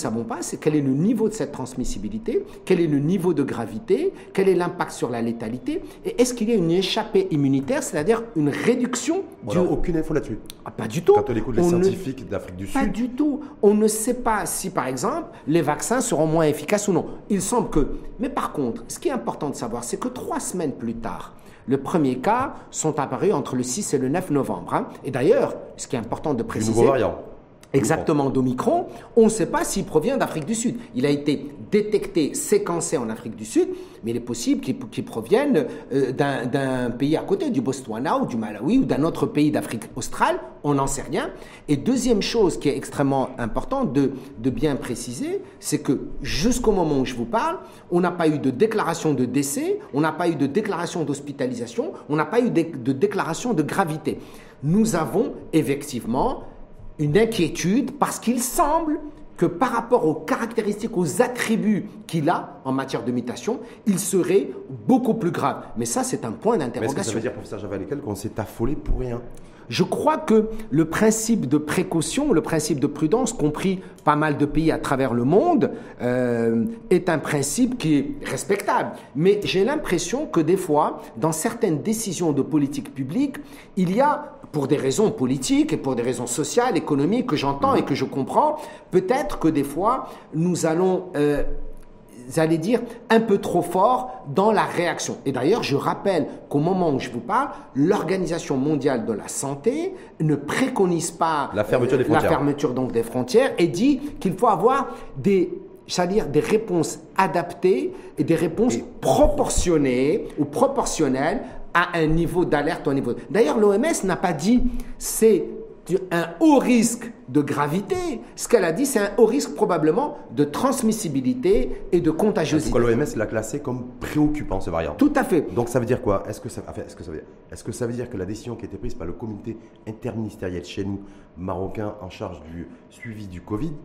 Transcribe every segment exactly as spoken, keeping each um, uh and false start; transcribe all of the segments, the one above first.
savons pas, c'est quel est le niveau de cette transmissibilité, quel est le niveau de gravité, quel est l'impact sur la létalité, et est-ce qu'il y a une échappée immunitaire, c'est-à-dire une réduction voilà, du... Aucune info là-dessus. Ah, pas du tout. Quand on écoute les on scientifiques ne... d'Afrique du Pas Sud. du tout. On ne sait pas si, par exemple, les vaccins seront moins efficaces ou non. Il semble que... Mais par contre, ce qui est important de savoir, c'est que trois semaines plus tard, les premiers cas sont apparus entre le six et le neuf novembre. Hein. Et d'ailleurs, ce qui est important de préciser... Du nouveau variant. Exactement, d'Omicron, on ne sait pas s'il provient d'Afrique du Sud. Il a été détecté, séquencé en Afrique du Sud, mais il est possible qu'il qu'il provienne euh, d'un d'un pays à côté, du Botswana ou du Malawi ou d'un autre pays d'Afrique australe, on n'en sait rien. Et deuxième chose qui est extrêmement importante de, de bien préciser, c'est que jusqu'au moment où je vous parle, on n'a pas eu de déclaration de décès, on n'a pas eu de déclaration d'hospitalisation, on n'a pas eu de, de déclaration de gravité. Nous avons effectivement une inquiétude parce qu'il semble que par rapport aux caractéristiques, aux attributs qu'il a en matière de mutation, il serait beaucoup plus grave. Mais ça, c'est un point d'interrogation. Est-ce que ça veut dire, professeur Javalékel, qu'on s'est affolé pour rien? Je crois que le principe de précaution, le principe de prudence, compris pas mal de pays à travers le monde, euh, est un principe qui est respectable. Mais j'ai l'impression que des fois, dans certaines décisions de politique publique, il y a, pour des raisons politiques et pour des raisons sociales, économiques, que j'entends et que je comprends, peut-être que des fois, nous allons... Euh, vous allez dire, un peu trop fort dans la réaction. Et d'ailleurs, je rappelle qu'au moment où je vous parle, l'Organisation mondiale de la santé ne préconise pas la fermeture des frontières, la fermeture donc des frontières et dit qu'il faut avoir des, c'est-à-dire des réponses adaptées et des réponses et... proportionnées ou proportionnelles à un niveau d'alerte ou un niveau. D'ailleurs, l'O M S n'a pas dit c'est un haut risque de gravité. Ce qu'elle a dit, c'est un haut risque probablement de transmissibilité et de contagiosité. Pourquoi l'O M S l'a classé comme préoccupant, ce variant? Tout à fait. Donc ça veut dire quoi? Est-ce que ça, enfin, est-ce que ça veut dire, est-ce que ça veut dire que la décision qui a été prise par le comité interministériel chez nous, marocain, en charge du suivi du Covid,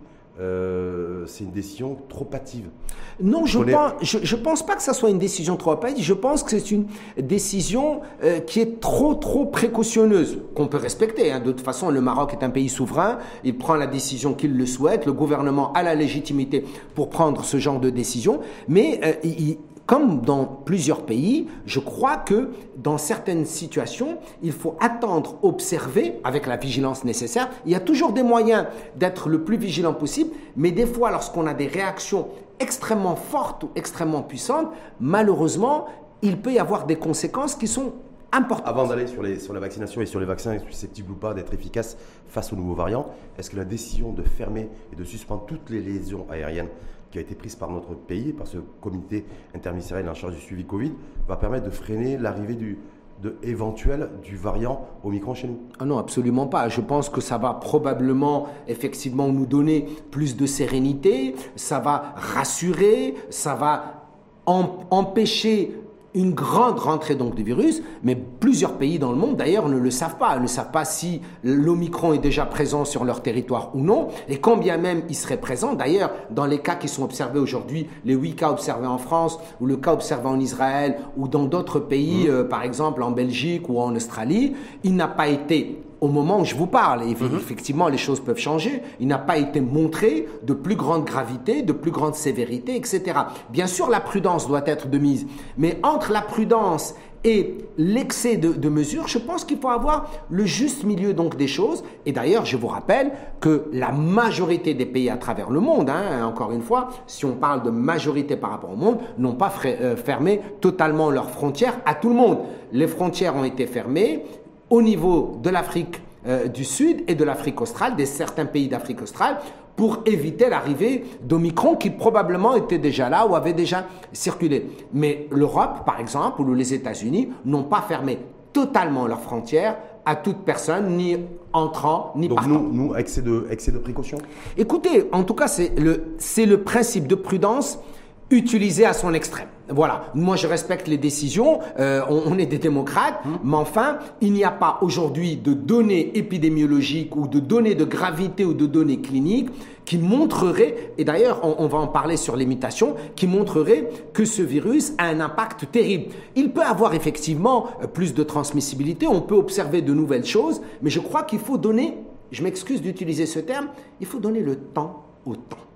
Euh, c'est une décision trop hâtive? Non, je ne pense, je, je pense pas que ça soit une décision trop hâtive. Je pense que c'est une décision euh, qui est trop, trop précautionneuse, qu'on peut respecter. Hein. De toute façon, le Maroc est un pays souverain. Il prend la décision qu'il le souhaite. Le gouvernement a la légitimité pour prendre ce genre de décision. Mais euh, il, comme dans plusieurs pays, je crois que dans certaines situations, il faut attendre, observer avec la vigilance nécessaire. Il y a toujours des moyens d'être le plus vigilant possible, mais des fois, lorsqu'on a des réactions extrêmement fortes ou extrêmement puissantes, malheureusement, il peut y avoir des conséquences qui sont importantes. Avant d'aller sur, les, sur la vaccination et sur les vaccins susceptibles ou pas d'être efficaces face aux nouveaux variants, est-ce que la décision de fermer et de suspendre toutes les liaisons aériennes qui a été prise par notre pays, par ce comité interministériel en charge du suivi Covid, va permettre de freiner l'arrivée du, de, éventuelle du variant Omicron chez nous? Ah non, absolument pas. Je pense que ça va probablement, effectivement, nous donner plus de sérénité, ça va rassurer, ça va em- empêcher une grande rentrée donc du virus, mais plusieurs pays dans le monde d'ailleurs ne le savent pas. Ils ne savent pas si l'Omicron est déjà présent sur leur territoire ou non, et quand bien même il serait présent, d'ailleurs dans les cas qui sont observés aujourd'hui, les huit cas observés en France, ou le cas observé en Israël, ou dans d'autres pays, mmh. euh, par exemple en Belgique ou en Australie, il n'a pas été... Au moment où je vous parle, et effectivement, les choses peuvent changer, il n'a pas été montré de plus grande gravité, de plus grande sévérité, et cetera. Bien sûr, la prudence doit être de mise, mais entre la prudence et l'excès de, de mesures, je pense qu'il faut avoir le juste milieu donc des choses. Et d'ailleurs, je vous rappelle que la majorité des pays à travers le monde, hein, encore une fois, si on parle de majorité par rapport au monde, n'ont pas euh, fermé totalement leurs frontières à tout le monde. Les frontières ont été fermées au niveau de l'Afrique euh, du Sud et de l'Afrique australe, de certains pays d'Afrique australe, pour éviter l'arrivée d'Omicron qui probablement était déjà là ou avait déjà circulé. Mais l'Europe, par exemple, ou les États-Unis n'ont pas fermé totalement leurs frontières à toute personne, ni entrant, ni Donc partant. Donc nous, nous, excès de, excès de précaution? Écoutez, en tout cas, c'est le, c'est le principe de prudence utilisé à son extrême. Voilà, moi je respecte les décisions, euh, on, on est des démocrates, mmh. mais enfin, il n'y a pas aujourd'hui de données épidémiologiques ou de données de gravité ou de données cliniques qui montreraient, et d'ailleurs on, on va en parler sur les mutations, qui montreraient que ce virus a un impact terrible. Il peut avoir effectivement plus de transmissibilité, on peut observer de nouvelles choses, mais je crois qu'il faut donner, je m'excuse d'utiliser ce terme, il faut donner le temps au temps.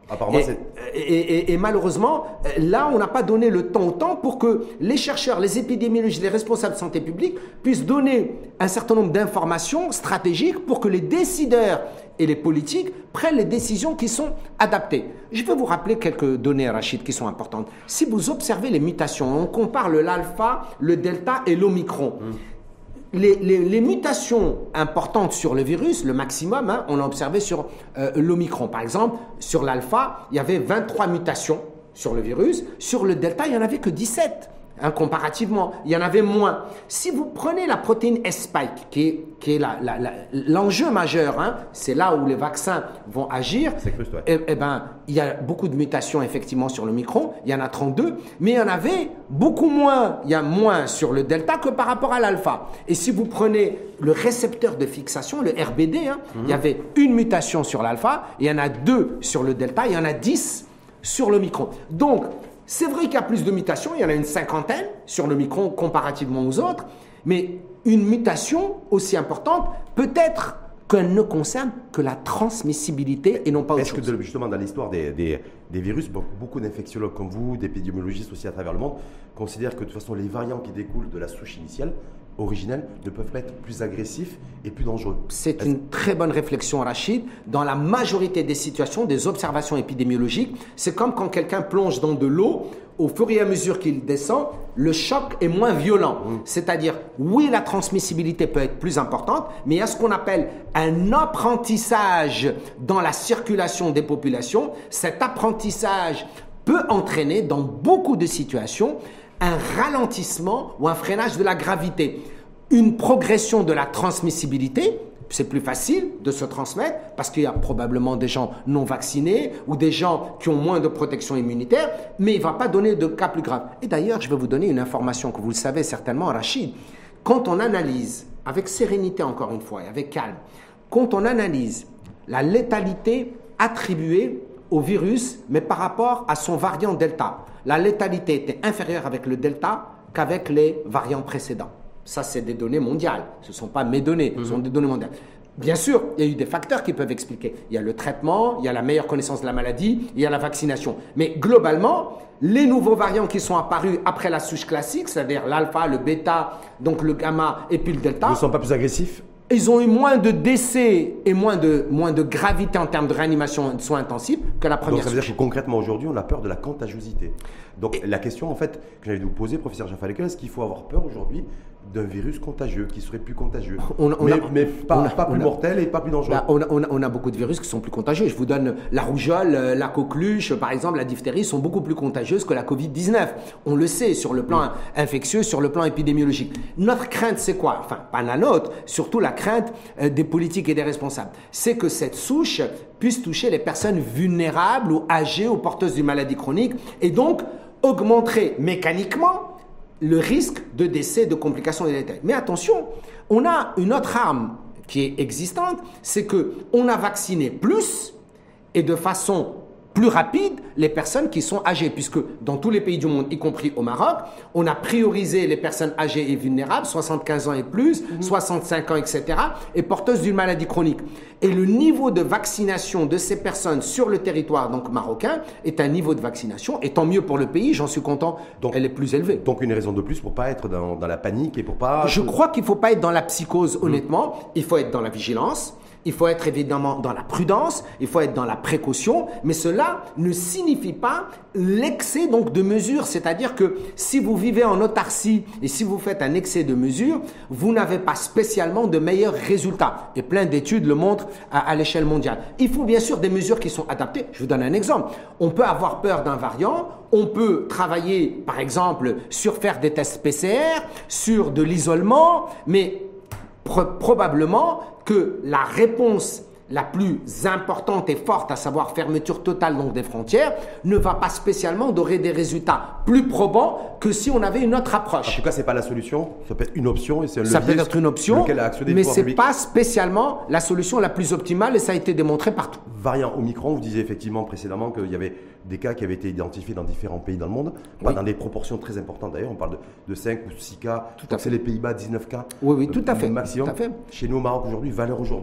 Apparemment, et, c'est... Et, et, et malheureusement, là, on n'a pas donné le temps au temps pour que les chercheurs, les épidémiologistes, les responsables de santé publique puissent donner un certain nombre d'informations stratégiques pour que les décideurs et les politiques prennent les décisions qui sont adaptées. Je vais vous rappeler quelques données, Rachid, qui sont importantes. Si vous observez les mutations, on compare le l'alpha, le delta et l'omicron. Mmh. Les, les, les mutations importantes sur le virus, le maximum, hein, on l'a observé sur euh, l'omicron. Par exemple, sur l'alpha, il y avait vingt-trois mutations sur le virus. Sur le delta, il n'y en avait que dix-sept. Hein, comparativement, il y en avait moins. Si vous prenez la protéine S-spike, qui est, qui est la, la, la, l'enjeu majeur, hein, c'est là où les vaccins vont agir, c'est juste, ouais. eh, eh ben, il y a beaucoup de mutations effectivement sur le micron, il y en a trente-deux, mais il y en avait beaucoup moins, il y a moins sur le delta que par rapport à l'alpha. Et si vous prenez le récepteur de fixation, le R B D, hein, mm-hmm. il y avait une mutation sur l'alpha, il y en a deux sur le delta, il y en a dix sur le micron. Donc, c'est vrai qu'il y a plus de mutations, il y en a une cinquantaine sur le micron comparativement aux autres, mais une mutation aussi importante, peut-être qu'elle ne concerne que la transmissibilité et non pas autre chose. Est-ce que justement dans l'histoire des, des, des virus, beaucoup d'infectiologues comme vous, d'épidémiologistes aussi à travers le monde, considèrent que de toute façon les variants qui découlent de la souche initiale, originels, ne peuvent pas être plus agressifs et plus dangereux? C'est Est-ce... une très bonne réflexion, Rachid. Dans la majorité des situations, des observations épidémiologiques, c'est comme quand quelqu'un plonge dans de l'eau, au fur et à mesure qu'il descend, le choc est moins violent. Mmh. C'est-à-dire, oui, la transmissibilité peut être plus importante, mais il y a ce qu'on appelle un apprentissage dans la circulation des populations. Cet apprentissage peut entraîner, dans beaucoup de situations, un ralentissement ou un freinage de la gravité, une progression de la transmissibilité. C'est plus facile de se transmettre parce qu'il y a probablement des gens non vaccinés ou des gens qui ont moins de protection immunitaire, mais il ne va pas donner de cas plus graves. Et d'ailleurs, je vais vous donner une information que vous le savez certainement, Rachid. Quand on analyse, avec sérénité encore une fois et avec calme, quand on analyse la létalité attribuée au virus, mais par rapport à son variant Delta, la létalité était inférieure avec le Delta qu'avec les variants précédents. Ça, c'est des données mondiales. Ce ne sont pas mes données, ce sont des données mondiales. Bien sûr, il y a eu des facteurs qui peuvent expliquer. Il y a le traitement, il y a la meilleure connaissance de la maladie, il y a la vaccination. Mais globalement, les nouveaux variants qui sont apparus après la souche classique, c'est-à-dire l'alpha, le bêta, donc le gamma et puis le delta, ne sont pas plus agressifs? Ils ont eu moins de décès et moins de, moins de gravité en termes de réanimation et de soins intensifs que la première. Donc ça veut dire que concrètement aujourd'hui, on a peur de la contagiosité. Donc et la question en fait que j'allais vous poser, professeur Jean Fallequel, est-ce qu'il faut avoir peur aujourd'hui d'un virus contagieux, qui serait plus contagieux, on, on mais, a, mais pas, on a, pas plus on a, mortel et pas plus dangereux? Bah, on, a, on, a, on a beaucoup de virus qui sont plus contagieux. Je vous donne la rougeole, la coqueluche, par exemple, la diphtérie sont beaucoup plus contagieuses que la covid dix-neuf. On le sait sur le plan oui. infectieux, sur le plan épidémiologique. Notre crainte, c'est quoi? Enfin, pas la nôtre, surtout la crainte euh, des politiques et des responsables. C'est que cette souche puisse toucher les personnes vulnérables ou âgées ou porteuses d'une maladie chronique et donc augmenterait mécaniquement le risque de décès, de complications et de décès. Mais attention, on a une autre arme qui est existante, c'est qu'on a vacciné plus et de façon plus rapide les personnes qui sont âgées, puisque dans tous les pays du monde, y compris au Maroc, on a priorisé les personnes âgées et vulnérables, soixante-quinze ans et plus, mmh. soixante-cinq ans, et cetera, et porteuses d'une maladie chronique. Et le niveau de vaccination de ces personnes sur le territoire donc marocain est un niveau de vaccination, et tant mieux pour le pays, j'en suis content, donc, elle est plus élevée. Donc une raison de plus pour ne pas être dans, dans la panique et pour pas... Je crois qu'il ne faut pas être dans la psychose, honnêtement, mmh. il faut être dans la vigilance. Il faut être évidemment dans la prudence, il faut être dans la précaution, mais cela ne signifie pas l'excès donc de mesures. C'est-à-dire que si vous vivez en autarcie et si vous faites un excès de mesures, vous n'avez pas spécialement de meilleurs résultats. Et plein d'études le montrent à, à l'échelle mondiale. Il faut bien sûr des mesures qui sont adaptées. Je vous donne un exemple. On peut avoir peur d'un variant, on peut travailler par exemple sur faire des tests P C R, sur de l'isolement, mais pro- probablement que la réponse la plus importante et forte, à savoir fermeture totale donc des frontières, ne va pas spécialement donner des résultats plus probants que si on avait une autre approche. En tout cas, ce n'est pas la solution, ça peut être une option et c'est un Ça peut être une option, mais ce n'est pas pas spécialement la solution la plus optimale et ça a été démontré partout. Variant Omicron, vous disiez effectivement précédemment qu'il y avait des cas qui avaient été identifiés dans différents pays dans le monde, pas oui. dans des proportions très importantes d'ailleurs, on parle de, de cinq ou six cas, tout à fait. C'est les Pays-Bas, dix-neuf cas. Oui, oui, tout à fait. Maximum. Tout à fait. Chez nous au Maroc aujourd'hui, valeur aujourd'hui,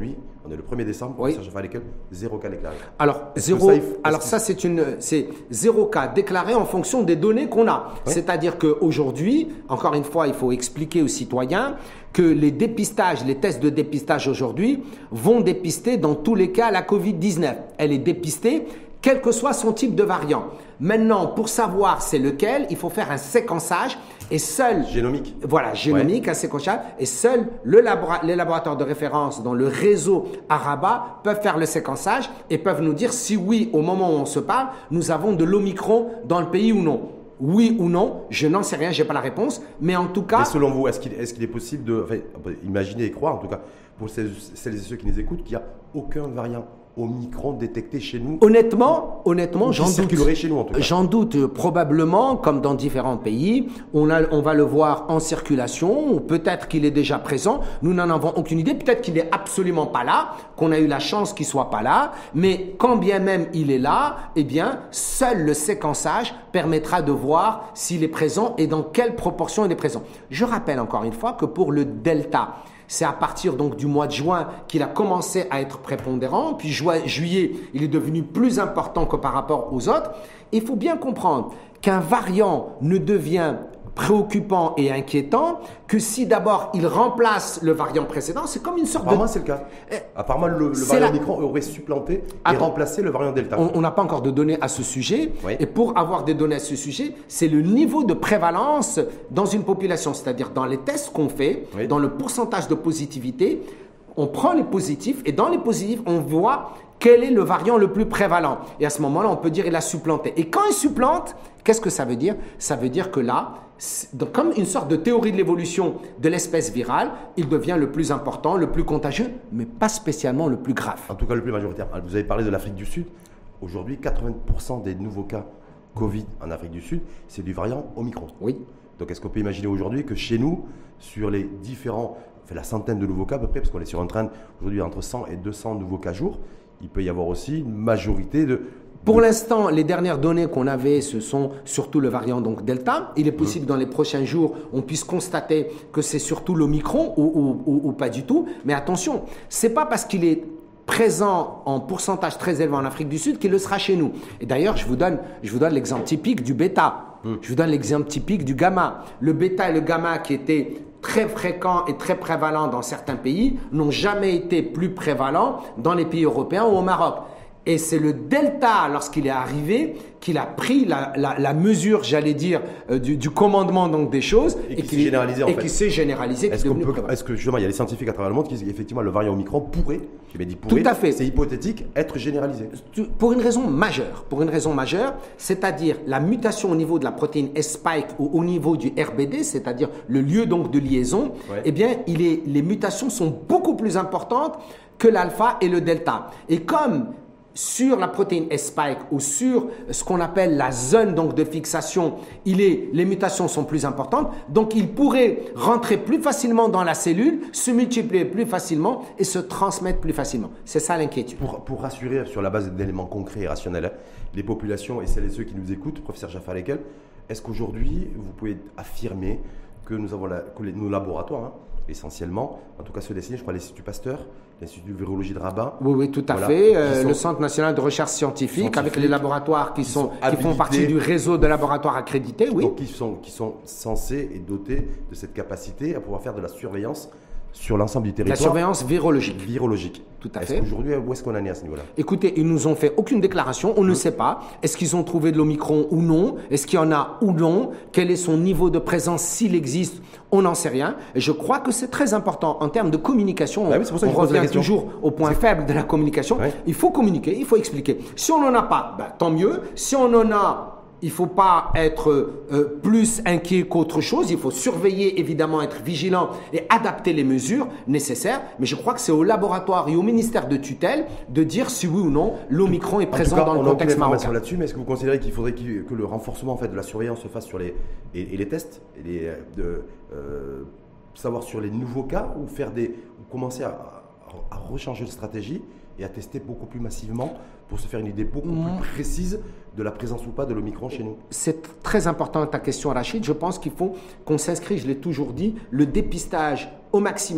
On est le premier décembre, Oui. professeur Jaffa-Leckel, zéro cas déclaré. Alors, Est-ce zéro, que ça, il faut- alors est-ce ça, c'est une, c'est zéro cas déclaré en fonction des données qu'on a. Oui. C'est-à-dire qu'aujourd'hui, encore une fois, il faut expliquer aux citoyens que les dépistages, les tests de dépistage aujourd'hui vont dépister dans tous les cas la covid dix-neuf. Elle est dépistée, quel que soit son type de variant. Maintenant, pour savoir c'est lequel, il faut faire un séquençage et seul Génomique. Voilà, génomique, un séquençage, et seuls le labora- les laboratoires de référence dans le réseau Araba peuvent faire le séquençage et peuvent nous dire si oui, au moment où on se parle, nous avons de l'Omicron dans le pays ou non. Oui ou non, je n'en sais rien, je n'ai pas la réponse, mais en tout cas... Mais selon vous, est-ce qu'il est, qu'il est possible de, enfin, imaginer et croire, en tout cas, pour celles, celles et ceux qui nous écoutent, qu'il n'y a aucun variant Omicron détecté chez nous? Honnêtement, honnêtement, Ou qui j'en doute. circulerait chez nous, en tout cas. J'en doute euh, probablement, comme dans différents pays, on, a, on va le voir en circulation, ou peut-être qu'il est déjà présent, nous n'en avons aucune idée, peut-être qu'il n'est absolument pas là, qu'on a eu la chance qu'il soit pas là, mais quand bien même il est là, eh bien, seul le séquençage permettra de voir s'il est présent et dans quelle proportion il est présent. Je rappelle encore une fois que pour le Delta, c'est à partir donc du mois de juin qu'il a commencé à être prépondérant, puis juin, juillet, il est devenu plus important que par rapport aux autres. Il faut bien comprendre qu'un variant ne devient préoccupant et inquiétant que si d'abord il remplace le variant précédent, c'est comme une sorte Apparemment, de... c'est le cas. Euh, Apparemment, le, le c'est variant la- Omicron aurait supplanté et Attends. remplacé le variant Delta. On on n'a pas encore de données à ce sujet. Oui. Et pour avoir des données à ce sujet, c'est le niveau de prévalence dans une population. C'est-à-dire dans les tests qu'on fait, Oui. dans le pourcentage de positivité, on prend les positifs et dans les positifs, on voit quel est le variant le plus prévalent. Et à ce moment-là, on peut dire qu'il a supplanté. Et quand il supplante, qu'est-ce que ça veut dire? Ça veut dire que là, c'est- donc, comme une sorte de théorie de l'évolution de l'espèce virale, il devient le plus important, le plus contagieux, mais pas spécialement le plus grave. En tout cas, le plus majoritaire. Vous avez parlé de l'Afrique du Sud. Aujourd'hui, quatre-vingts pour cent des nouveaux cas Covid en Afrique du Sud, c'est du variant Omicron. Oui. Donc, est-ce qu'on peut imaginer aujourd'hui que chez nous, sur les différents, enfin, la centaine de nouveaux cas à peu près, parce qu'on est sur un train aujourd'hui entre cent et deux cents nouveaux cas jour, il peut y avoir aussi une majorité de... Pour de- l'instant, les dernières données qu'on avait, ce sont surtout le variant donc Delta. Il est possible dans les prochains jours, on puisse constater que c'est surtout l'Omicron ou, ou, ou- ou pas du tout. Mais attention, c'est pas parce qu'il est présent en pourcentage très élevé en Afrique du Sud qu'il le sera chez nous. Et d'ailleurs, je vous donne, je vous donne l'exemple typique du bêta. Je vous donne l'exemple typique du gamma. Le bêta et le gamma qui étaient très fréquents et très prévalents dans certains pays n'ont jamais été plus prévalents dans les pays européens ou au Maroc. Et c'est le Delta, lorsqu'il est arrivé, qu'il a pris la, la, la mesure, j'allais dire, euh, du, du commandement donc des choses. Et qui s'est qu'il- généralisé, en Et fait. qui s'est généralisé, qui est Est-ce, qu'on devenu peut- prévalent. est-ce que justement, il y a des scientifiques à travers le monde qui disent qu'effectivement le variant Omicron pourrait, j'ai bien dit pourrait, Tout à fait. c'est hypothétique, être généralisé? Pour une raison majeure, pour une raison majeure, c'est-à-dire la mutation au niveau de la protéine S-spike ou au niveau du R B D, c'est-à-dire le lieu donc de liaison, Ouais. eh bien, il est, les mutations sont beaucoup plus importantes que l'alpha et le delta. Et comme sur la protéine S-spike ou sur ce qu'on appelle la zone donc de fixation, il est, les mutations sont plus importantes, donc il pourrait rentrer plus facilement dans la cellule, se multiplier plus facilement et se transmettre plus facilement. C'est ça l'inquiétude. Pour, pour rassurer sur la base d'éléments concrets et rationnels, hein, les populations et celles et ceux qui nous écoutent, professeur Jaffa-Leckel, est-ce qu'aujourd'hui vous pouvez affirmer que nous avons la- que les- nos laboratoires, hein, essentiellement, en tout cas ceux destinés, je crois, l'Institut Pasteur, l'Institut de virologie de Rabat, Oui, oui, tout à Voilà. fait. Qui Euh, sont- le Centre national de recherche scientifique, Scientifique, avec les laboratoires qui, sont, sont qui font habilités. partie du réseau de laboratoires accrédités, oui. donc qui sont, qui sont censés et dotés de cette capacité à pouvoir faire de la surveillance sur l'ensemble du La territoire surveillance virologique. virologique. Tout à Est-ce fait. qu'aujourd'hui, où est-ce qu'on en est à ce niveau-là? Écoutez, ils nous ont fait aucune déclaration, on ne sait pas. Est-ce qu'ils ont trouvé de l'Omicron ou non? Est-ce qu'il y en a ou non? Quel est son niveau de présence s'il existe? On n'en sait rien. Et je crois que c'est très important en termes de communication. Bah oui, c'est pour ça que on je pose la revient question. toujours au point faible de la communication. Ouais. Il faut communiquer, il faut expliquer. Si on n'en a pas, bah, tant mieux. Si on en a, il ne faut pas être euh, plus inquiet qu'autre chose. Il faut surveiller, évidemment, être vigilant et adapter les mesures nécessaires. Mais je crois que c'est au laboratoire et au ministère de tutelle de dire si oui ou non l'Omicron est En présent tout cas, dans le on n'a aucune contexte information marocain. là-dessus, mais est-ce que vous considérez qu'il faudrait qu'il- que le renforcement en fait, de la surveillance se fasse sur les, et, et les tests, et les, euh, de, euh, savoir sur les nouveaux cas, ou, faire des, ou commencer à, à, à rechanger de stratégie et à tester beaucoup plus massivement pour se faire une idée beaucoup plus précise de la présence ou pas de l'Omicron chez nous? C'est très important ta question, Rachid. Je pense qu'il faut qu'on s'inscrit, je l'ai toujours dit, le dépistage au maximum,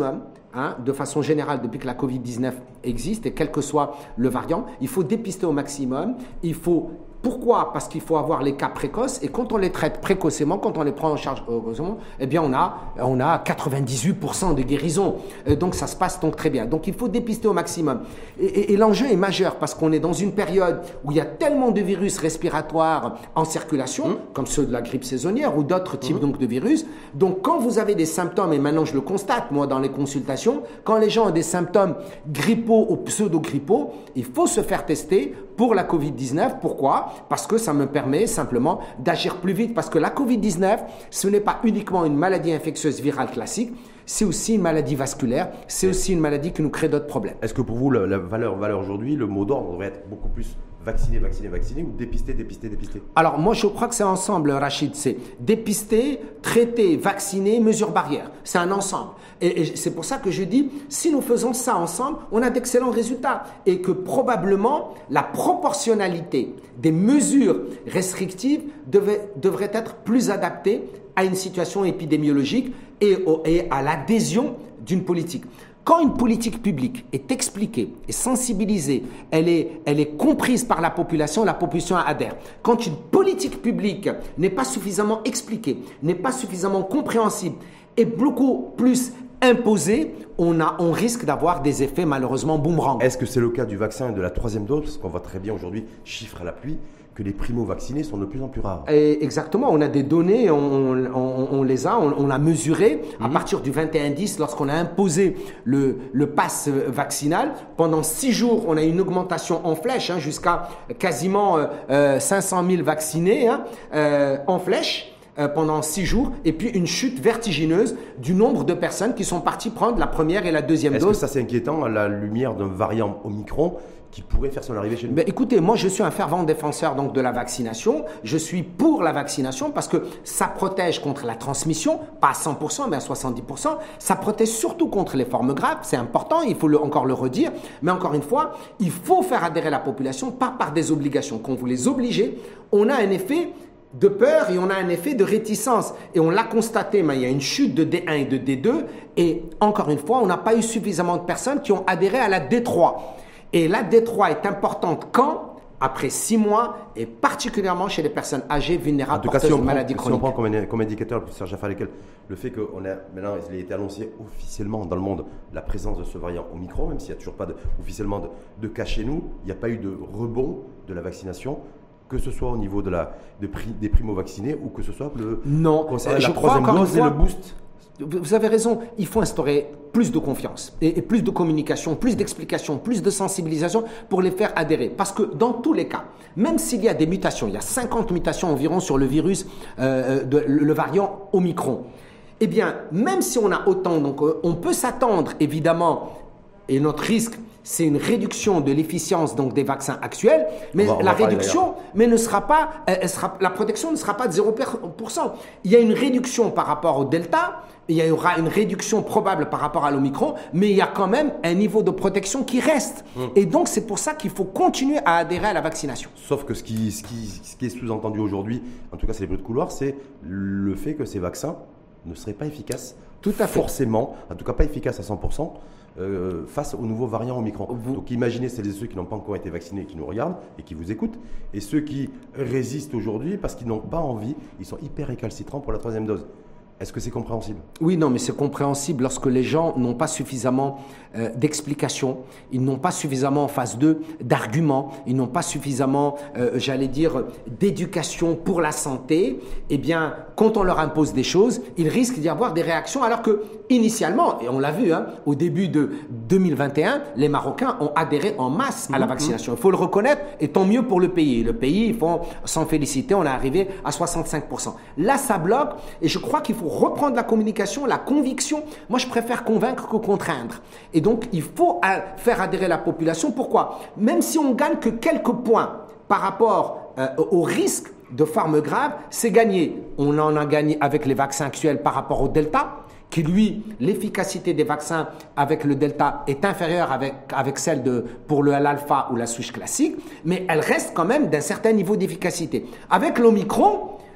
hein, de façon générale, depuis que la covid dix-neuf existe, et quel que soit le variant, il faut dépister au maximum. Il faut... Pourquoi? Parce qu'il faut avoir les cas précoces, et quand on les traite précocement, quand on les prend en charge précocement, eh bien on a, on a quatre-vingt-dix-huit pour cent de guérison. Et donc ça se passe donc très bien. Donc il faut dépister au maximum. Et, et, et l'enjeu est majeur parce qu'on est dans une période où il y a tellement de virus respiratoires en circulation, mmh. comme ceux de la grippe saisonnière ou d'autres types mmh. donc de virus. Donc quand vous avez des symptômes, et maintenant je le constate moi dans les consultations, quand les gens ont des symptômes grippaux ou pseudo-grippaux, il faut se faire tester pour la covid dix-neuf. Pourquoi? Parce que ça me permet simplement d'agir plus vite. Parce que la covid dix-neuf, ce n'est pas uniquement une maladie infectieuse virale classique, c'est aussi une maladie vasculaire, c'est aussi une maladie qui nous crée d'autres problèmes. Est-ce que pour vous, la, la valeur, valeur aujourd'hui, le mot d'ordre devrait être beaucoup plus vacciner, vacciner, vacciner ou dépister, dépister, dépister? Alors moi je crois que c'est ensemble, Rachid, c'est dépister, traiter, vacciner, mesures barrières. C'est un ensemble. Et, et c'est pour ça que je dis, si nous faisons ça ensemble, on a d'excellents résultats. Et que probablement la proportionnalité des mesures restrictives devait, devrait être plus adaptée à une situation épidémiologique et, au, et à l'adhésion d'une politique. Quand une politique publique est expliquée et sensibilisée, elle est, elle est comprise par la population, la population adhère. Quand une politique publique n'est pas suffisamment expliquée, n'est pas suffisamment compréhensible et beaucoup plus imposée, on, a, on risque d'avoir des effets malheureusement boomerang. Est-ce que c'est le cas du vaccin et de la troisième dose? Parce qu'on voit très bien aujourd'hui, chiffre à la pluie, que les primo-vaccinés sont de plus en plus rares. Et exactement, on a des données, on, on, on les a, on, on a mesuré mmh. à partir du vingt et un dix, lorsqu'on a imposé le, le pass vaccinal. Pendant six jours, on a une augmentation en flèche, hein, jusqu'à quasiment euh, cinq cent mille vaccinés hein, euh, en flèche. Euh, pendant six jours, et puis une chute vertigineuse du nombre de personnes qui sont parties prendre la première et la deuxième Est-ce dose. Est-ce que ça c'est inquiétant à la lumière d'un variant Omicron qui pourrait faire son arrivée chez nous? Ben, écoutez, moi je suis un fervent défenseur donc, de la vaccination. Je suis pour la vaccination parce que ça protège contre la transmission, pas à cent pour cent, mais à soixante-dix pour cent. Ça protège surtout contre les formes graves, c'est important, il faut le, encore le redire. Mais encore une fois, il faut faire adhérer la population, pas par des obligations. Quand vous les obligez, on a un effet de peur et on a un effet de réticence. Et on l'a constaté, mais il y a une chute de D un et de D deux. Et encore une fois, on n'a pas eu suffisamment de personnes qui ont adhéré à la D trois. Et la D trois est importante quand? Après six mois, et particulièrement chez les personnes âgées, vulnérables, porteuses de maladies chroniques. Si on prend comme, comme indicateur, Serge Afal-Lekel, le fait qu'on a maintenant, il a été annoncé officiellement dans le monde la présence de ce variant Omicron, même s'il n'y a toujours pas de, officiellement de, de cas chez nous, il n'y a pas eu de rebond de la vaccination, que ce soit au niveau de la, de pri, des primo-vaccinés ou que ce soit le, non, concernant je la crois troisième dose et le boost. Vous avez raison, il faut instaurer plus de confiance et, et plus de communication, plus d'explication, plus de sensibilisation pour les faire adhérer. Parce que dans tous les cas, même s'il y a des mutations, il y a cinquante mutations environ sur le virus, euh, de, le, le variant Omicron, eh bien, même si on a autant, donc euh, on peut s'attendre évidemment, et notre risque, c'est une réduction de l'efficience donc des vaccins actuels, mais on va, on la réduction, mais ne sera pas, elle sera, la protection ne sera pas de zéro pour cent. Il y a une réduction par rapport au Delta, il y aura une réduction probable par rapport à l'Omicron, mais il y a quand même un niveau de protection qui reste. Mmh. Et donc c'est pour ça qu'il faut continuer à adhérer à la vaccination. Sauf que ce qui, ce qui, ce qui est sous-entendu aujourd'hui, en tout cas c'est les bruits de couloir, c'est le fait que ces vaccins ne seraient pas efficaces. Tout à fait. Forcément, en tout cas pas efficaces à cent pour cent. Euh, face au nouveau variant Omicron. Vous... Donc imaginez celles et ceux qui n'ont pas encore été vaccinés, qui nous regardent et qui vous écoutent, et ceux qui résistent aujourd'hui parce qu'ils n'ont pas envie, ils sont hyper récalcitrants pour la troisième dose. Est-ce que c'est compréhensible? Oui, non, mais c'est compréhensible lorsque les gens n'ont pas suffisamment euh, d'explications, ils n'ont pas suffisamment en face d'eux d'arguments, ils n'ont pas suffisamment, euh, j'allais dire, d'éducation pour la santé. Eh bien, quand on leur impose des choses, ils risquent d'y avoir des réactions alors que, initialement, et on l'a vu, hein, au début de deux mille vingt et un, les Marocains ont adhéré en masse à la vaccination. Il faut le reconnaître, et tant mieux pour le pays. Le pays, il faut s'en féliciter, on est arrivé à soixante-cinq pour cent. Là, ça bloque, et je crois qu'il faut reprendre la communication, la conviction. Moi, je préfère convaincre que contraindre. Et donc, il faut faire adhérer la population. Pourquoi? Même si on gagne que quelques points par rapport euh, au risque de formes graves, c'est gagné. On en a gagné avec les vaccins actuels par rapport au Delta, qui lui, l'efficacité des vaccins avec le Delta est inférieure avec, avec celle de, pour le l'alpha ou la souche classique, mais elle reste quand même d'un certain niveau d'efficacité. Avec l'Omicron,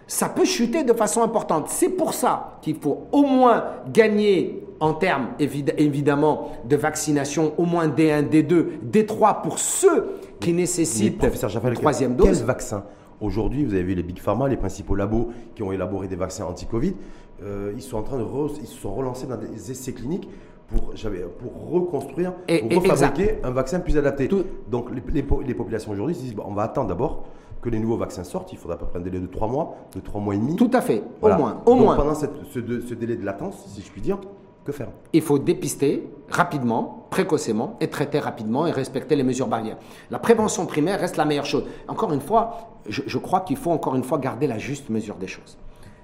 ça peut chuter de façon importante. C'est pour ça qu'il faut au moins gagner en termes évidemment de vaccination, au moins D un, D deux, D trois pour ceux qui nécessitent une troisième dose. Quel vaccin? Aujourd'hui, vous avez vu les Big Pharma, les principaux labos qui ont élaboré des vaccins anti-Covid, euh, ils sont en train de re, ils se sont relancés dans des essais cliniques pour, pour reconstruire, et, pour et refabriquer exact. un vaccin plus adapté. Tout. Donc les, les, les populations aujourd'hui se disent, bon, on va attendre d'abord que les nouveaux vaccins sortent, il faudra à peu près un délai de trois mois, de trois mois et demi. Tout à fait, voilà. au moins. Au Donc moins. pendant cette, ce, de, ce délai de latence, si je puis dire, que faire? Il faut dépister rapidement, précocement, et traiter rapidement et respecter les mesures barrières. La prévention primaire reste la meilleure chose. Encore une fois, je, je crois qu'il faut encore une fois garder la juste mesure des choses.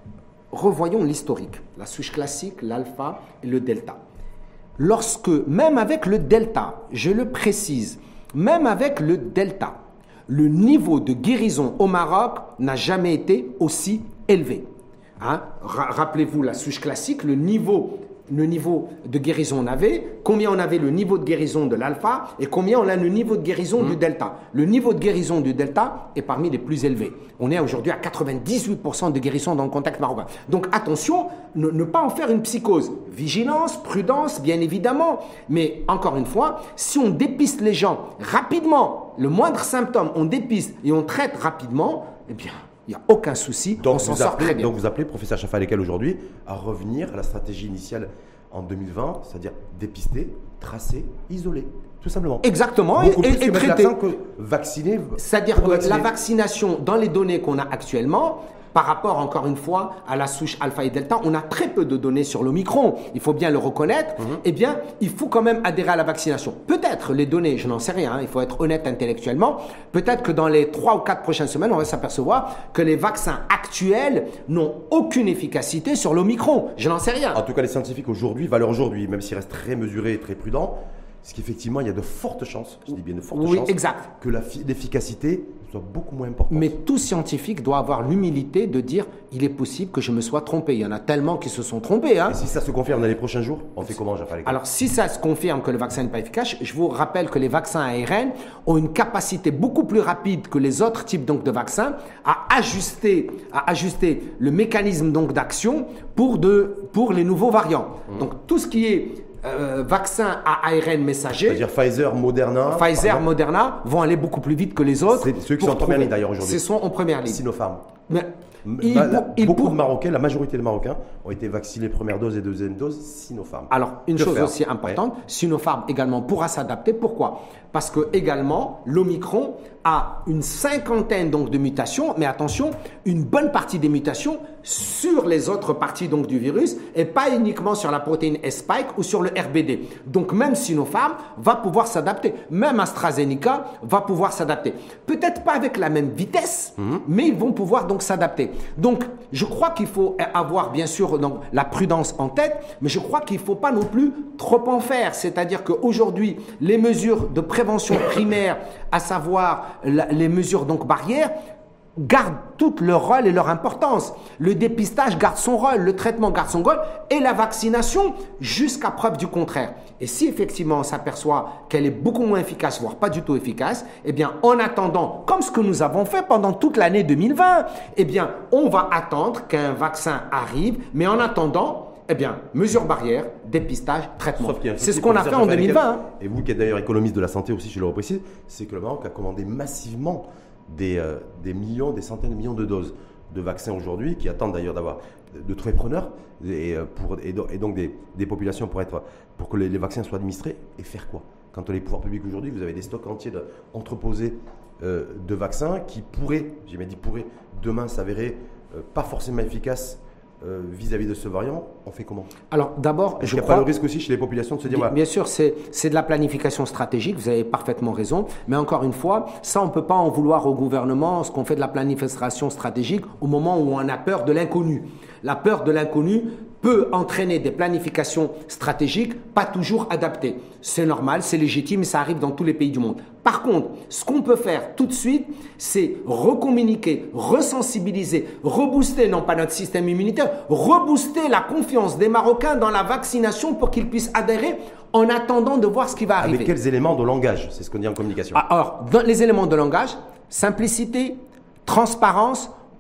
Revoyons l'historique, la souche classique, l'alpha et le delta. Lorsque, même avec le delta, je le précise, même avec le delta, le niveau de guérison au Maroc n'a jamais été aussi élevé. Hein? Rappelez-vous la souche classique, le niveau, le niveau de guérison on avait, combien on avait le niveau de guérison de l'alpha et combien on a le niveau de guérison mmh. du delta. Le niveau de guérison du delta est parmi les plus élevés. On est aujourd'hui à quatre-vingt-dix-huit pour cent de guérison dans le contexte marocain. Donc attention, ne, ne pas en faire une psychose. Vigilance, prudence, bien évidemment. Mais encore une fois, si on dépiste les gens rapidement, le moindre symptôme, on dépiste et on traite rapidement, eh bien, il n'y a aucun souci, donc on s'en sort appelez, très bien. Donc vous appelez professeur Chafalekel aujourd'hui à revenir à la stratégie initiale en deux mille vingt, c'est-à-dire dépister, tracer, isoler, tout simplement. Exactement, Beaucoup et, plus et traiter. Que vacciner. C'est-à-dire que vacciner. la vaccination, dans les données qu'on a actuellement, par rapport, encore une fois, à la souche alpha et delta, on a très peu de données sur l'Omicron. Il faut bien le reconnaître. Mm-hmm. Eh bien, il faut quand même adhérer à la vaccination. Peut-être les données, je n'en sais rien, hein, il faut être honnête intellectuellement. Peut-être que dans les trois ou quatre prochaines semaines, on va s'apercevoir que les vaccins actuels n'ont aucune efficacité sur l'Omicron. Je n'en sais rien. En tout cas, les scientifiques aujourd'hui, valeur aujourd'hui, même s'ils restent très mesurés et très prudents, c'est qu'effectivement, il y a de fortes chances, je dis bien de fortes oui, chances, exact. que l'efficacité soit beaucoup moins importante. Mais tout scientifique doit avoir l'humilité de dire il est possible que je me sois trompé. Il y en a tellement qui se sont trompés. Hein. Et si ça se confirme dans les prochains jours, on fait comment, Jaffa? Alors, si ça se confirme que le vaccin n'est pas efficace, je vous rappelle que les vaccins A R N ont une capacité beaucoup plus rapide que les autres types donc, de vaccins à ajuster, à ajuster le mécanisme donc, d'action pour, de, pour les nouveaux variants. Mmh. Donc, tout ce qui est Euh, vaccins à A R N messager, c'est-à-dire Pfizer, Moderna, Pfizer, Moderna vont aller beaucoup plus vite que les autres. C'est ceux qui sont en première ligne d'ailleurs aujourd'hui. Ce sont en première ligne. Sinopharm. Mais il, la, la, il beaucoup pour... de Marocains, la majorité des Marocains ont été vaccinés première dose et deuxième dose Sinopharm. Alors une que chose faire? aussi importante, ouais. Sinopharm également pourra s'adapter. Pourquoi? Parce que également l'Omicron a une cinquantaine donc de mutations, mais attention, une bonne partie des mutations sur les autres parties donc du virus et pas uniquement sur la protéine S-spike ou sur le R B D. Donc même Sinopharm va pouvoir s'adapter, même AstraZeneca va pouvoir s'adapter. Peut-être pas avec la même vitesse, mmh. mais ils vont pouvoir donc s'adapter. Donc je crois qu'il faut avoir bien sûr donc, la prudence en tête, mais je crois qu'il ne faut pas non plus trop en faire. C'est-à-dire qu'aujourd'hui, les mesures de prévention primaire, à savoir la, les mesures donc barrières, gardent tout leur rôle et leur importance. Le dépistage garde son rôle, le traitement garde son rôle et la vaccination jusqu'à preuve du contraire. Et si effectivement on s'aperçoit qu'elle est beaucoup moins efficace, voire pas du tout efficace, eh bien en attendant, comme ce que nous avons fait pendant toute l'année deux mille vingt, eh bien on va attendre qu'un vaccin arrive, mais en attendant, eh bien, mesures barrières, dépistage, traitement. C'est ce qu'on a fait en deux mille vingt. Hein. Et vous qui êtes d'ailleurs économiste de la santé aussi, je le reprécise, c'est que le Maroc a commandé massivement des, euh, des millions, des centaines de millions de doses de vaccins aujourd'hui, qui attendent d'ailleurs d'avoir de trouver preneurs et, pour, et, et donc des, des populations pour, être, pour que les, les vaccins soient administrés. Et faire quoi? Quand les pouvoirs publics aujourd'hui, vous avez des stocks entiers de, entreposés euh, de vaccins qui pourraient, j'ai bien dit pourraient, demain s'avérer euh, pas forcément efficaces Euh, vis-à-vis de ce variant, on fait comment? Alors d'abord, je crois... Il n'y a pas le risque aussi chez les populations de se dire... Bien, voilà. bien sûr, c'est, c'est de la planification stratégique, vous avez parfaitement raison, mais encore une fois, ça on ne peut pas en vouloir au gouvernement, ce qu'on fait de la planification stratégique au moment où on a peur de l'inconnu. La peur de l'inconnu peut entraîner des planifications stratégiques pas toujours adaptées. C'est normal, c'est légitime, ça arrive dans tous les pays du monde. Par contre, ce qu'on peut faire tout de suite, c'est recommuniquer, resensibiliser, rebooster, non pas notre système immunitaire, rebooster la confiance des Marocains dans la vaccination pour qu'ils puissent adhérer en attendant de voir ce qui va arriver. Avec quels éléments de langage? C'est ce qu'on dit en communication. Alors, dans les éléments de langage, simplicité, transparence,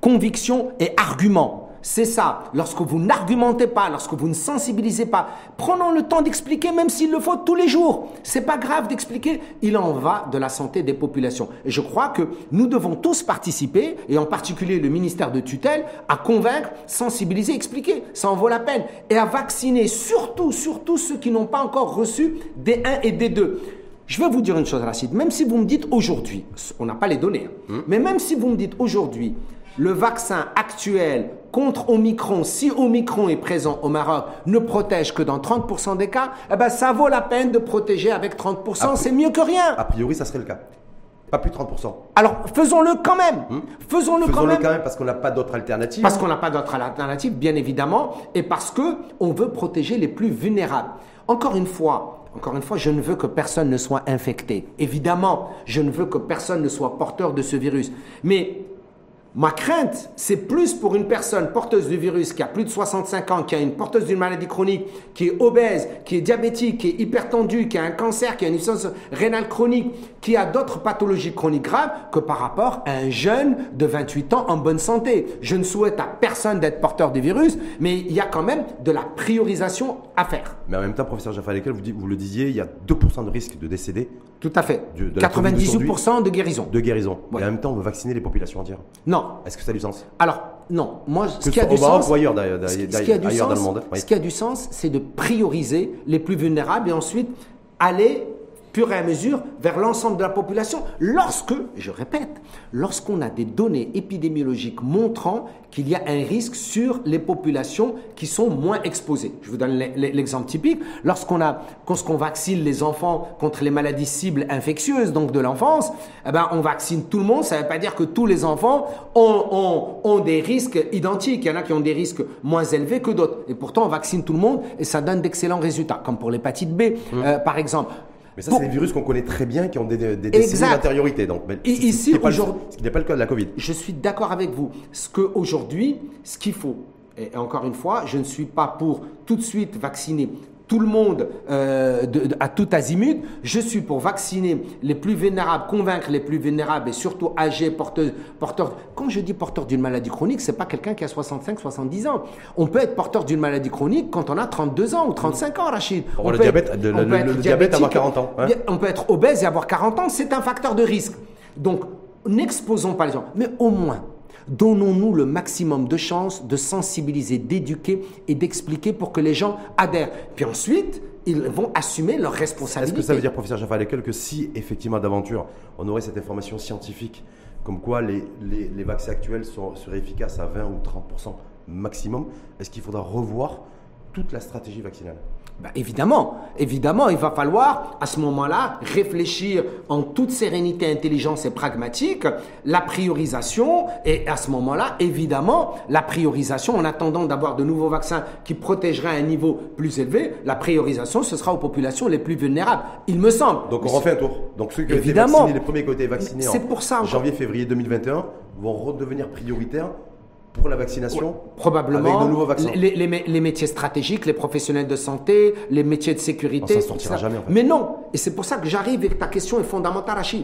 conviction et argument. C'est ça. Lorsque vous n'argumentez pas, lorsque vous ne sensibilisez pas, prenons le temps d'expliquer, même s'il le faut tous les jours. C'est pas grave d'expliquer. Il en va de la santé des populations. Et je crois que nous devons tous participer, et en particulier le ministère de tutelle, à convaincre, sensibiliser, expliquer. Ça en vaut la peine. Et à vacciner surtout, surtout ceux qui n'ont pas encore reçu D un et D deux. Je vais vous dire une chose, Rachid. Même si vous me dites aujourd'hui, on n'a pas les données, hein, mmh. mais même si vous me dites aujourd'hui, le vaccin actuel contre Omicron, si Omicron est présent au Maroc, ne protège que dans trente pour cent des cas, eh ben ça vaut la peine de protéger avec trente pour cent, c'est mieux que rien. A priori, ça serait le cas. Pas plus de trente pour cent. Alors, faisons-le quand même. Hum. Faisons-le Faisons quand même. Faisons-le quand même parce qu'on n'a pas d'autre alternative. Parce qu'on n'a pas d'autre alternative, bien évidemment, et parce qu'on veut protéger les plus vulnérables. Encore une fois, Encore une fois, je ne veux que personne ne soit infecté. Évidemment, je ne veux que personne ne soit porteur de ce virus. Mais ma crainte, c'est plus pour une personne porteuse du virus qui a plus de soixante-cinq ans, qui a une porteuse d'une maladie chronique, qui est obèse, qui est diabétique, qui est hypertendue, qui a un cancer, qui a une insuffisance rénale chronique, qui a d'autres pathologies chroniques graves, que par rapport à un jeune de vingt-huit ans en bonne santé. Je ne souhaite à personne d'être porteur du virus, mais il y a quand même de la priorisation à faire. Mais en même temps, professeur Jaffa Alekel, vous, vous le disiez, il y a deux pour cent de risque de décéder. Tout à fait. De, de quatre-vingt-dix-huit pour cent de guérison. De guérison. Ouais. Et en même temps, on veut vacciner les populations entières. Non. Est-ce que ça a du sens? Alors, non. Moi, ce que qui a du sens, ou ailleurs, d'ailleurs, ce, ce qui a du ailleurs sens, dans le monde. Oui. Ce qui a du sens, c'est de prioriser les plus vulnérables et ensuite aller pur et à mesure vers l'ensemble de la population lorsque, je répète, lorsqu'on a des données épidémiologiques montrant qu'il y a un risque sur les populations qui sont moins exposées. Je vous donne l'exemple typique. Lorsqu'on a, lorsqu'on vaccine les enfants contre les maladies cibles infectieuses, donc de l'enfance, eh ben, on vaccine tout le monde. Ça ne veut pas dire que tous les enfants ont, ont, ont des risques identiques. Il y en a qui ont des risques moins élevés que d'autres. Et pourtant, on vaccine tout le monde et ça donne d'excellents résultats, comme pour l'hépatite B, mmh. euh, par exemple. Mais ça, c'est des virus qu'on connaît très bien, qui ont des, des, des décennies d'antériorité. Donc, mais et ici, aujourd'hui, ce qui n'est pas le cas de la Covid. Je suis d'accord avec vous. Ce qu'aujourd'hui, ce qu'il faut, et encore une fois, je ne suis pas pour tout de suite vacciner tout le monde euh, de, de, à tout azimut. Je suis pour vacciner les plus vulnérables, convaincre les plus vulnérables et surtout âgés, porteurs, porteurs. Quand je dis porteur d'une maladie chronique, c'est pas quelqu'un qui a soixante-cinq, soixante-dix ans. On peut être porteur d'une maladie chronique quand on a trente-deux ans ou trente-cinq ans, Rachid. On on le diabète, être, le, on le, le diabète avoir quarante ans. Hein. On peut être obèse et avoir quarante ans, c'est un facteur de risque. Donc, n'exposons pas les gens, mais au moins, donnons-nous le maximum de chances de sensibiliser, d'éduquer et d'expliquer pour que les gens adhèrent. Puis ensuite, ils vont assumer leurs responsabilités. Est-ce que ça veut dire, professeur Jaffa Alekel, que si effectivement d'aventure on aurait cette information scientifique comme quoi les, les, les vaccins actuels sont, seraient efficaces à vingt ou trente pour cent maximum, est-ce qu'il faudra revoir toute la stratégie vaccinale? Ben évidemment, évidemment, il va falloir à ce moment-là réfléchir en toute sérénité, intelligence et pragmatique, la priorisation et à ce moment-là, évidemment, la priorisation en attendant d'avoir de nouveaux vaccins qui protégeraient à un niveau plus élevé, la priorisation ce sera aux populations les plus vulnérables, il me semble. Donc on refait un tour. Donc ceux qui ont été évidemment, vaccinés, les premiers qui ont été vaccinés en pour ça, janvier-février deux mille vingt et un vont redevenir prioritaires pour la vaccination, ouais, probablement, avec de nouveaux vaccins. Les, les, les métiers stratégiques, les professionnels de santé, les métiers de sécurité. On s'en sortira jamais, en fait. Mais non, et c'est pour ça que j'arrive et que ta question est fondamentale, Rachid.